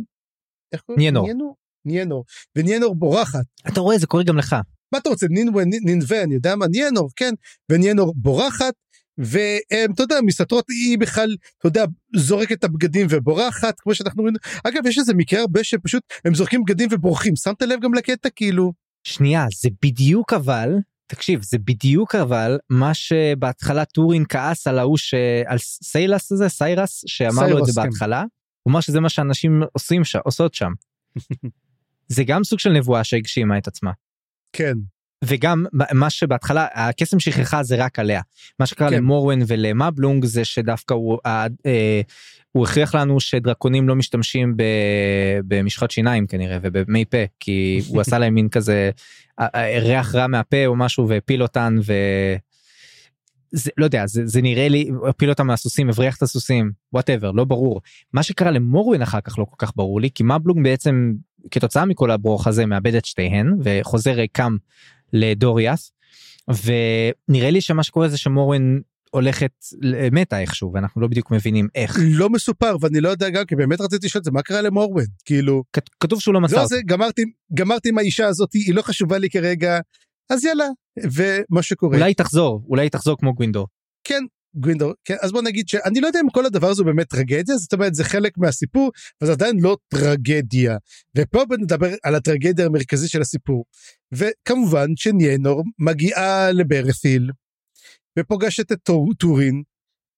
ניאנור, וניאנור בורחת. אתה רואה, זה קורה גם לך. מה אתה רוצה? נינווה, אני יודע מה, ניאנור, כן, וניאנור בורחת, ואתה יודע, מסתתרות, היא בכלל, אתה יודע, זורקת את הבגדים ובורחת, כמו שאנחנו רואים, אגב, יש איזה מקרה הרבה שפשוט, הם זורקים בגדים ובורחים, שמת לב גם לקטע, כאילו. שנייה, זה בדיוק אבל, תקשיב, זה בדיוק אבל, מה שבהתחלה טורין כעס על ההוא, על סיילס הזה, סיירס, שאמר לו את זה בהתחלה, הוא אמר שזה מה שאנשים עושות שם. זה גם סוג של נבואה שהגשימה את עצמה. כן. וגם מה שבהתחלה, הקסם שכחה זה רק עליה. מה שקרה למורווין ולמבלונג זה שדווקא הוא הכריח לנו שדרקונים לא משתמשים במשחת שיניים כנראה ובמי פה, כי הוא עשה להם מין כזה ריח רע מהפה או משהו והפיל אותן זה, לא יודע, זה נראה לי, הפיל אותם מהסוסים, הבריח את הסוסים, whatever, לא ברור. מה שקרה למורווין אחר כך לא כל כך ברור לי, כי מבלונג בעצם, כתוצאה מכל הברוך הזה, מאבד את שתיהן, וחוזר ריקם לדוריאס, ונראה לי שמה שקורה זה שמורווין הולכת מתה איכשהו, ואנחנו לא בדיוק מבינים איך. לא מסופר, ואני לא יודע גם, כי באמת רציתי לשאול את זה, מה קרה למורווין? כאילו... כתוב שהוא לא מצא אותו. גמרתי עם האישה הזאת, היא לא חשובה לי כרגע, אז יאללה, ומה שקורה. אולי היא תחזור כמו גווינדור. כן, גווינדור, כן, אז בוא נגיד שאני לא יודע אם כל הדבר הזה הוא באמת טרגדיה, זאת אומרת, זה חלק מהסיפור, אבל זה עדיין לא טרגדיה. ופה נדבר על הטרגדיה המרכזית של הסיפור. וכמובן שניאנור מגיעה לברת'יל, ופוגשת את טורין,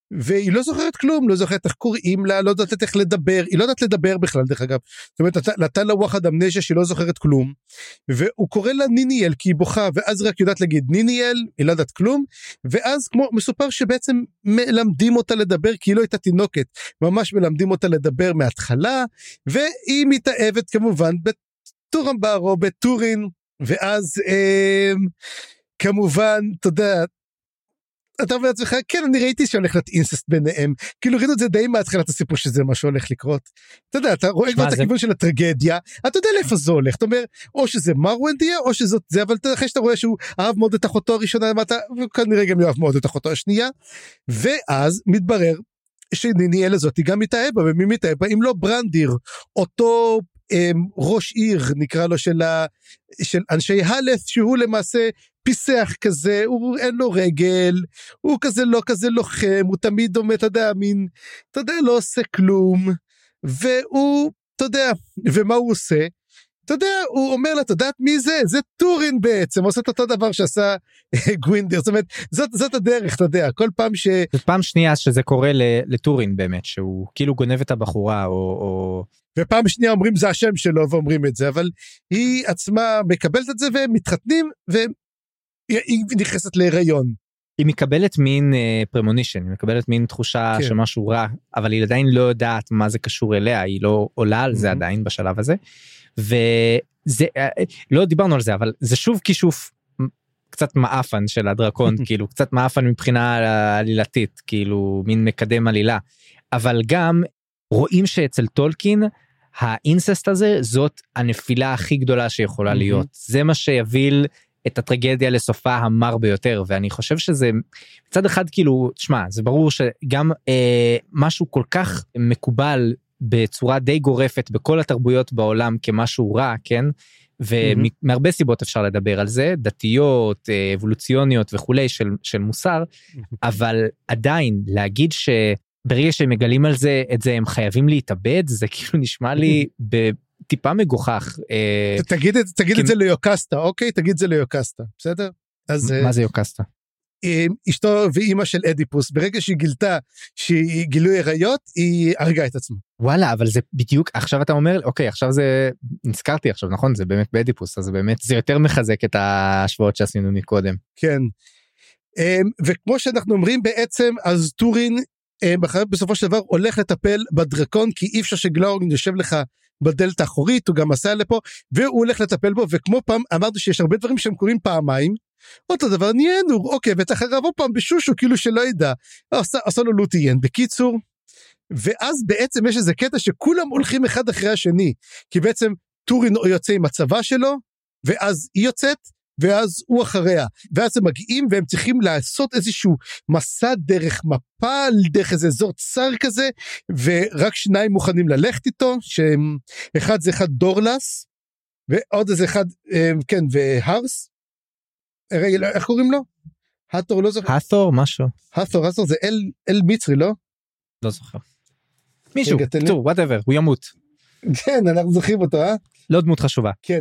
והיא לא זוכרת כלום, לא זוכרת איך קוראים לה, לא יודעת איך לדבר, היא לא יודעת לדבר בכלל דרך אגב, זאת אומרת, נתן לה וואחד אמנזיה שהיא לא זוכרת כלום, והוא קורא לה ניניאל כי היא בוכה, ואז רק יודעת להגיד ניניאל, היא לא יודעת כלום, ואז כמו מסופר שבעצם מלמדים אותה לדבר, כי היא לא הייתה תינוקת, ממש מלמדים אותה לדבר מההתחלה, והיא מתאהבת כמובן בטורנבר או בטורין, ואז כמובן, אתה יודע, אתה אומר לעצמך, כן, אני ראיתי שהולך להיות אינססט ביניהם, כאילו ראינו את זה די מהתחילת הסיפור שזה מה שהולך לקרות, אתה יודע, אתה רואה כבר את הכיוון של הטרגדיה, אתה יודע לאיפה זה הולך, אתה אומר, או שזה מרוונדיה, או שזאת זה, אבל אחרי שאתה רואה שהוא אהב מאוד את אחותו הראשונה, וכנראה גם יאהב מאוד את אחותו השנייה, ואז מתברר, שניניאל הזאת היא גם מתאהב בה, ומי מתאהב בה, אם לא ברנדיר, אותו ראש עיר, נקרא לו של אנשי הלף, שהוא למעשה פיסח כזה, אין לו רגל, הוא כזה לא כזה לוחם, הוא תמיד דומה, אתה יודע, אתה יודע, לא עושה כלום, והוא, אתה יודע, ומה הוא עושה? אתה יודע, הוא אומר לה, אתה יודעת מי זה? זה טורין בעצם, עושה את אותו דבר שעשה גווינדר, זאת אומרת, זאת הדרך, אתה יודע, כל פעם זאת פעם שנייה שזה קורה לטורין באמת, שהוא כאילו גונב את הבחורה, או... ופעם שנייה אומרים זה השם שלו, ואומרים את זה, אבל היא עצמה מקבלת את זה, והם מתחתנים, והיא נכנסת להיריון. היא מקבלת מין פרמונישן, היא מקבלת מין תחושה כן. שמשהו רע, אבל היא עדיין לא יודעת מה זה קשור אליה, היא לא עולה על זה עדיין בשלב הזה, וזה, לא דיברנו על זה, אבל זה שוב כישוף קצת מאפן של הדרקון, כאילו קצת מאפן מבחינה עלילתית, כאילו מין מקדם עלילה, אבל גם רואים שאצל טולקין, האינססט הזה, זאת הנפילה הכי גדולה שיכולה להיות, זה מה שיביל את הטרגדיה לסופה המר ביותר, ואני חושב שזה, מצד אחד כאילו, תשמע, זה ברור שגם משהו כל כך מקובל, בצורה די גורפת, בכל התרבויות בעולם, כמשהו רע, כן? ומהרבה סיבות אפשר לדבר על זה, דתיות, אבולוציוניות וכולי, של מוסר, אבל עדיין, להגיד ברגע שהם מגלים על זה, את זה הם חייבים להתאבד, זה כאילו נשמע לי טיפה מגוחך. תגיד את זה ליוקסטה, אוקיי? תגיד את זה ליוקסטה, בסדר? מה זה יוקסטה? אשתו ואימא של אדיפוס, ברגע שהיא גילתה שהיא גילוי עריות, היא הרגה את עצמה. וואלה, אבל זה בדיוק, עכשיו אתה אומר, אוקיי, עכשיו זה, נזכרתי עכשיו, נכון? זה באמת באדיפוס, אז באמת, זה יותר מחזק את ההשוואות שעשינו מקודם. כן. וכמו שאנחנו אומרים בעצם, אז טורין, בסופו של דבר הולך לטפל בדרקון, כי אי אפשר שגלאורן יושב לך בדלת האחורית, הוא גם עשה לפה, והוא הולך לטפל בו, וכמו פעם אמרנו שיש הרבה דברים שהם קוראים פעמיים, אותו דבר נהיינו, אוקיי, ותחריו עוד פעם בשושו, כאילו שלא ידע, עשה לו לוטיין, בקיצור, ואז בעצם יש איזה קטע שכולם הולכים אחד אחרי השני, כי בעצם טורין יוצא עם הצבא שלו, ואז היא יוצאת, ואז הוא אחריה, ואז הם מגיעים והם צריכים לעשות איזשהו מסע דרך מפל, דרך איזה אזור צר כזה, ורק שניים מוכנים ללכת איתו, שאחד זה אחד דורלס, ועוד איזה אחד, כן, והרס, איך קוראים לו? האתור, לא זוכר. האתור, משהו. האתור זה אל מצרי, לא? לא זוכר. מישהו, טוב, whatever, הוא ימות. כן, אנחנו זוכרים אותו, לא דמות חשובה. כן.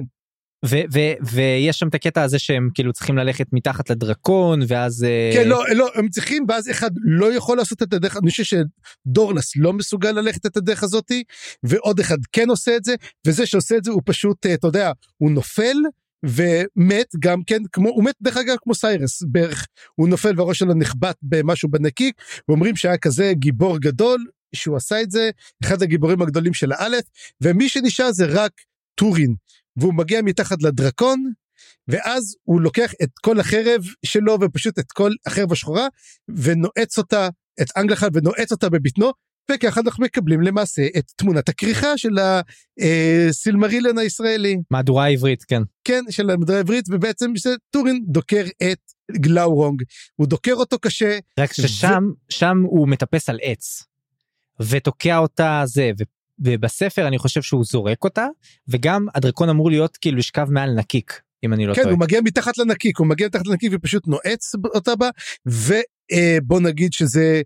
ויש שם את הקטע הזה שהם כאילו צריכים ללכת מתחת לדרקון, ואז... כן, לא, הם צריכים, ואז אחד לא יכול לעשות את הדרך, אני חושב שדורלס לא מסוגל ללכת את הדרך הזאת, ועוד אחד כן עושה את זה, וזה שעושה את זה הוא פשוט, אתה יודע, הוא נופל, ומת גם כן, הוא מת דרך אגב כמו סיירס, בערך הוא נופל והראש שלו נחבט במשהו בנקיק, ואומרים שהיה כזה גיבור גדול, שהוא עשה את זה, אחד הגיבורים הגדולים של האלף, ומי שנשאר זה רק טורין, והוא מגיע מתחת לדרקון, ואז הוא לוקח את כל החרב שלו, ופשוט את כל החרב השחורה, ונועץ אותה, את אנגלחד, ונועץ אותה בבטנו, וככה אנחנו מקבלים למעשה את תמונת הכריכה של הסילמרילן הישראלי. מהדורה העברית, כן. כן, של המהדורה העברית, ובעצם טורין דוקר את גלאורונג, הוא דוקר אותו קשה. רק ששם הוא מטפס על עץ, ותוקע אותה זה, ובספר אני חושב שהוא זורק אותה, וגם הדרקון אמור להיות כאילו לשכב מעל נקיק, אם אני לא טועה. כן, הוא מגיע מתחת לנקיק, ופשוט נועץ אותה בה, ובוא נגיד שזה...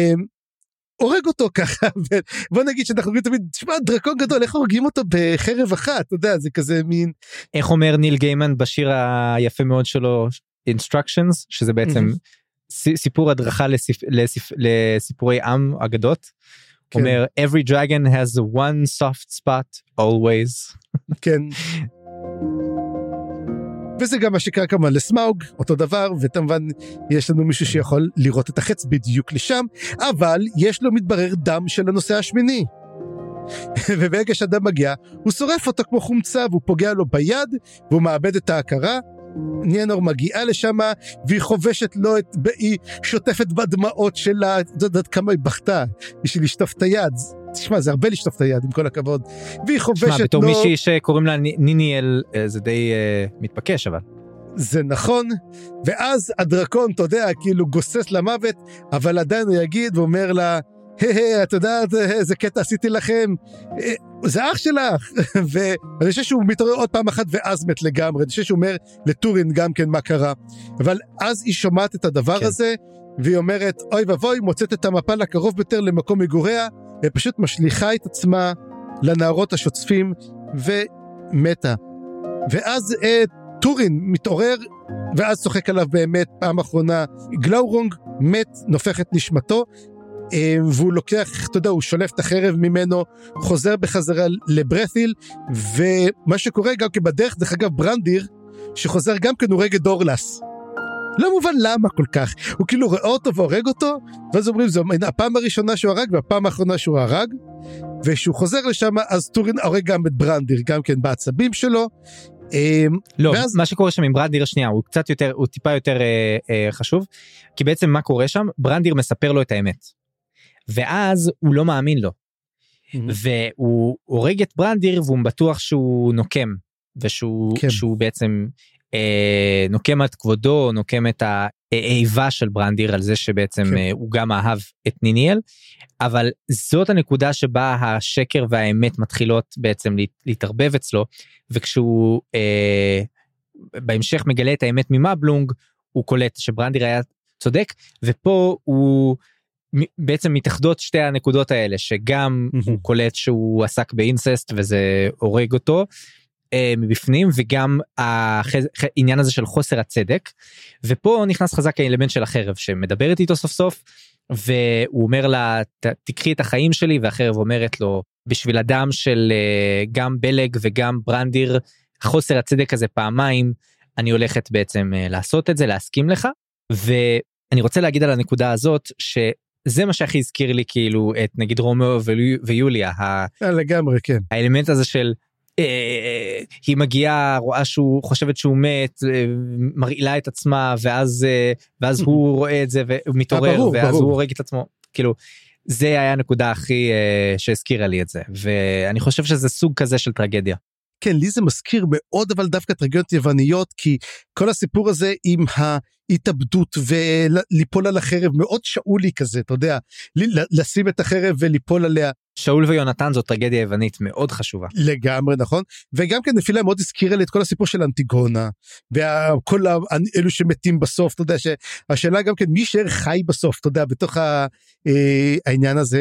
הורג אותו ככה, בוא נגיד שאנחנו אומרים תמיד, תשמע, דרקון גדול, איך הורגים אותו בחרב אחת, אתה יודע, זה כזה מין... איך אומר ניל גיימן בשיר היפה מאוד שלו, Instructions, שזה בעצם סיפור הדרכה לסיפורי עם אגדות, אומר every dragon has one soft spot always. כן. וזה גם מה שקרה כמובן לסמאוג, אותו דבר, וכמובן יש לנו מישהו שיכול לראות את החץ בדיוק לשם, אבל יש לו מתברר דם של הנושא השמיני. וברגע שהדם מגיע, הוא שורף אותו כמו חומצה, והוא פוגע לו ביד, והוא מאבד את ההכרה. ניאנור מגיעה לשם, והיא חובשת לו, היא שוטפת בדמעות שלה, אתה יודעת כמה היא בכתה, בשביל לשטוף את היד. תשמע, זה הרבה לשטוף את היד, עם כל הכבוד. והיא חובשת לו... בתור מישהי שקוראים לה ניניאל, זה די מתפקש, אבל. זה נכון, ואז הדרקון, אתה יודע, כאילו גוסס למוות, אבל עדיין הוא יגיד ואומר לה, אתה יודעת, איזה קטע עשיתי לכם, זה אח שלך, ואני חושב שהוא מתעורר עוד פעם אחת ואז מת לגמרי, אני חושב שהוא אומר לטורין גם כן מה קרה, אבל אז היא שומעת את הדבר הזה, והיא אומרת, אוי ובוי, מוצאת את המפל הקרוב ביותר למקום מגוריה, ופשוט משליחה את עצמה לנערות השוצפים, ומתה. ואז טורין מתעורר, ואז צוחק עליו באמת פעם אחרונה, גלאורונג מת, נופך את נשמתו, והוא לוקח, אתה יודע, הוא שולף את החרב ממנו, חוזר בחזרה לבrethill, ומה שקורה גם כבדרך, דרך אגב ברנדיר, שחוזר גם כן הורג את דורלס. לא מובן למה כל כך, הוא כאילו רואה אותו והורג אותו, ואז אומרים, זו הפעם הראשונה שהוא הרג, והפעם האחרונה שהוא הרג, ושהוא חוזר לשם, אז טורין הורג גם את ברנדיר, גם כן בעצבים שלו. לא, ואז... מה שקורה שם עם ברנדיר השנייה, הוא קצת יותר, הוא טיפה יותר חשוב, כי בעצם מה קורה שם, ברנדיר מספר לו את האמת, ואז הוא לא מאמין לו, והוא הורג את ברנדיר, והוא בטוח שהוא נוקם, ושהוא בעצם נוקם את כבודו, נוקם את האיבה של ברנדיר, על זה שבעצם הוא גם אהב את ניניאל, אבל זאת הנקודה שבה השקר והאמת מתחילות בעצם להתערבב אצלו, וכשהוא בהמשך מגלה את האמת ממבלונג, הוא קולט שברנדיר היה צודק, ופה הוא בעצם מתאחדות שתי הנקודות האלה, שגם הוא קולט שהוא עסק באינססט, וזה הורג אותו מבפנים, וגם העניין הזה של חוסר הצדק, ופה נכנס חזק האלמנט של החרב, שמדברת איתו סוף סוף, והוא אומר לה, תקחי את החיים שלי, והחרב אומרת לו, בשביל אדם של גם בלג וגם ברנדיר, חוסר הצדק הזה פעמיים, אני הולכת בעצם לעשות את זה, להסכים לך, ואני רוצה להגיד על הנקודה הזאת, שזה מה שהכי הזכיר לי כאילו, את נגיד רומאו ויוליה, לגמרי, כן. האלמנט הזה של, היא מגיעה, רואה שהוא חושבת שהוא מת, מרעילה את עצמה, ואז הוא רואה את זה, והוא מתעורר, ואז הוא הורג את עצמו, כאילו, זה היה הנקודה הכי שהזכירה לי את זה, ואני חושב שזה סוג כזה של טרגדיה. כן, לי זה מזכיר מאוד, אבל דווקא טרגדיות יווניות, כי כל הסיפור הזה עם ההתאבדות וליפול על החרב, מאוד שאולי כזה, אתה יודע, לשים את החרב וליפול עליה. שאול ויונתן זו טרגדיה יוונית מאוד חשובה. לגמרי, נכון. וגם כן נפילה מאוד הזכירה לי את כל הסיפור של אנטיגונה, וכל אלו שמתים בסוף, אתה יודע, שהשאלה גם כן, מי יישאר חי בסוף, אתה יודע, בתוך העניין הזה,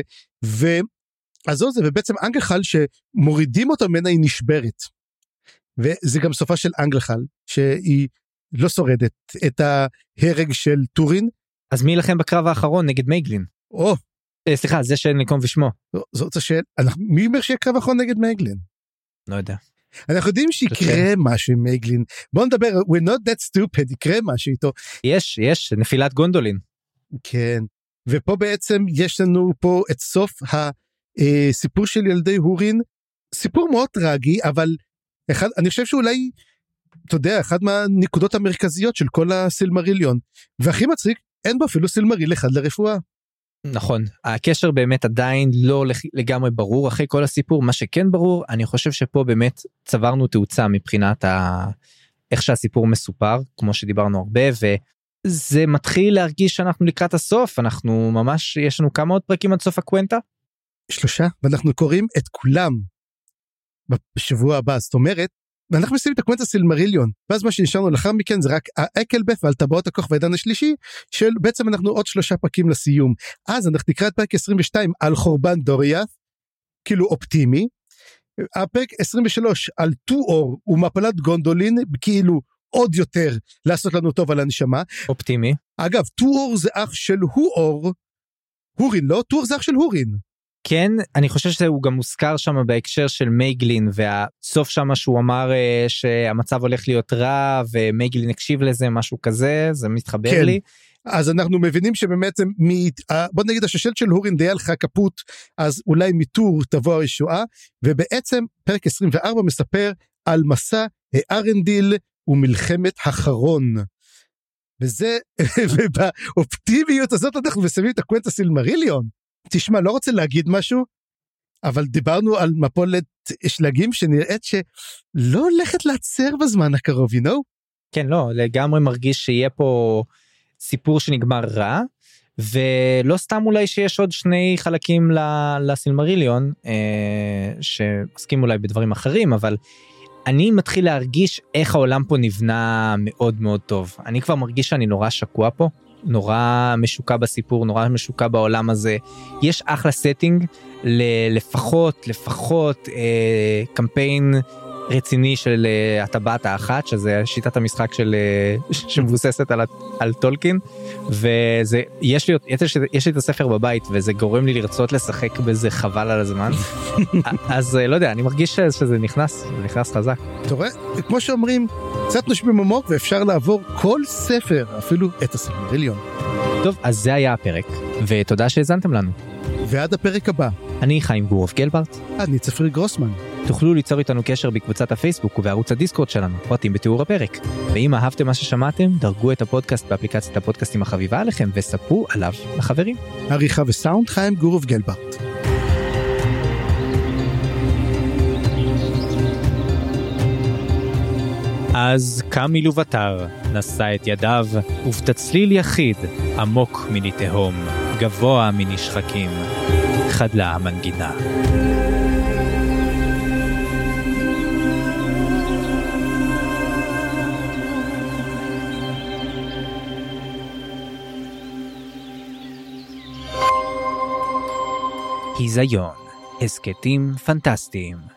אז זה, ובעצם אנגלחל שמורידים אותו ממנה היא נשברת, וזה גם סופה של אנגלחל, שהיא לא שורדת את ההרג של טורין. אז מי ילחם בקרב האחרון נגד מייגלין? סליחה, זה שנקום ושמו. זאת השאלה, מי אומר שיהיה קרב האחרון נגד מייגלין? לא יודע. אנחנו יודעים שיקרה משהו עם מייגלין, בואו נדבר, we're not that stupid, יקרה משהו איתו. יש, נפילת גונדולין. כן, ופה בעצם יש לנו פה את סוף סיפור של ילדי הורין, סיפור מאוד טרגי, אבל אני חושב שאולי, אתה יודע, אחד מהנקודות המרכזיות של כל הסילמריליון, והכי מצחיק, אין בו אפילו סילמריל אחד לרפואה. נכון, הקשר באמת עדיין לא לגמרי ברור, אחרי כל הסיפור, מה שכן ברור, אני חושב שפה באמת צברנו תאוצה מבחינת איך שהסיפור מסופר, כמו שדיברנו הרבה, וזה מתחיל להרגיש שאנחנו לקראת הסוף, אנחנו ממש, יש לנו כמה עוד פרקים עד סוף הקוונטה? 3, ואנחנו קוראים את כולם בשבוע הבא, זאת אומרת, ואנחנו מסיים את הקוונטה סילמריליון, ואז מה שנשארנו לאחר מכן זה רק האקלבף ועל טבעות הכוח והעידן השלישי, של בעצם אנחנו עוד 3 פרקים לסיום, אז אנחנו נקרא את פרק 22 על חורבן דוריאת', כאילו אופטימי, הפרק 23 על טואור ומפלת גונדולין, כאילו עוד יותר לעשות לנו טוב על הנשמה. אופטימי. אגב, טור זה אח של הורין, לא? טור זה אח של הורין. כן, אני חושב שהוא גם מוזכר שם בהקשר של מייגלין, והסוף שם שהוא אמר שהמצב הולך להיות רע, ומייגלין הקשיב לזה, משהו כזה, זה מתחבר כן. לי. אז אנחנו מבינים שבעצם, בוא נגיד השושלת של הורין די הלכה כפות, אז אולי מטור תבוא הישועה, ובעצם פרק 24 מספר על מסע ארנדיל ומלחמת החרון. וזה, ובאופטימיות הזאת אנחנו מסיימים את הקוונטה סילמריליון. תשמע, לא רוצה להגיד משהו, אבל דיברנו על מפולת שלגים שנראית שלא הולכת לעצר בזמן הקרוב, you know? כן, לא, לגמרי מרגיש שיהיה פה סיפור שנגמר רע, ולא סתם אולי שיש עוד 2 חלקים לסילמריליון, שעוסקים אולי בדברים אחרים, אבל אני מתחיל להרגיש איך העולם פה נבנה מאוד מאוד טוב. אני כבר מרגיש שאני נורא שקוע פה, נורא משוקע בסיפור, נורא משוקע בעולם הזה. יש אחלה סטינג, לפחות קמפיין רציני של הטבעת האחת, שזה שיטת המשחק שמבוססת על טולקין, ויש לי את הספר בבית, וזה גורם לי לרצות לשחק בזה חבל על הזמן. אז לא יודע, אני מרגיש שזה נכנס חזק. אתה רואה, כמו שאומרים, קצת נושמים עמוק, ואפשר לעבור כל ספר, אפילו את הסילמריליון. טוב, אז זה היה הפרק, ותודה שהזנתם לנו. ועד הפרק הבא. אני חיים גורוב גלברט. אני צפריר גרוסמן. תוכלו ליצור איתנו קשר בקבוצת הפייסבוק ובערוץ הדיסקורד שלנו, פרטים בתיאור הפרק. ואם אהבתם מה ששמעתם, דרגו את הפודקאסט באפליקציית הפודקאסטים החביבה עליכם, וספרו עליו לחברים. עריכה וסאונד חיים גורוב גלברט. אז קם מלובטר, נשא את ידיו, ובתצליל יחיד, עמוק מני תהום, גבוה מני שחקים, חדלה המנגינה. היזיון, הסקטים פנטסטיים.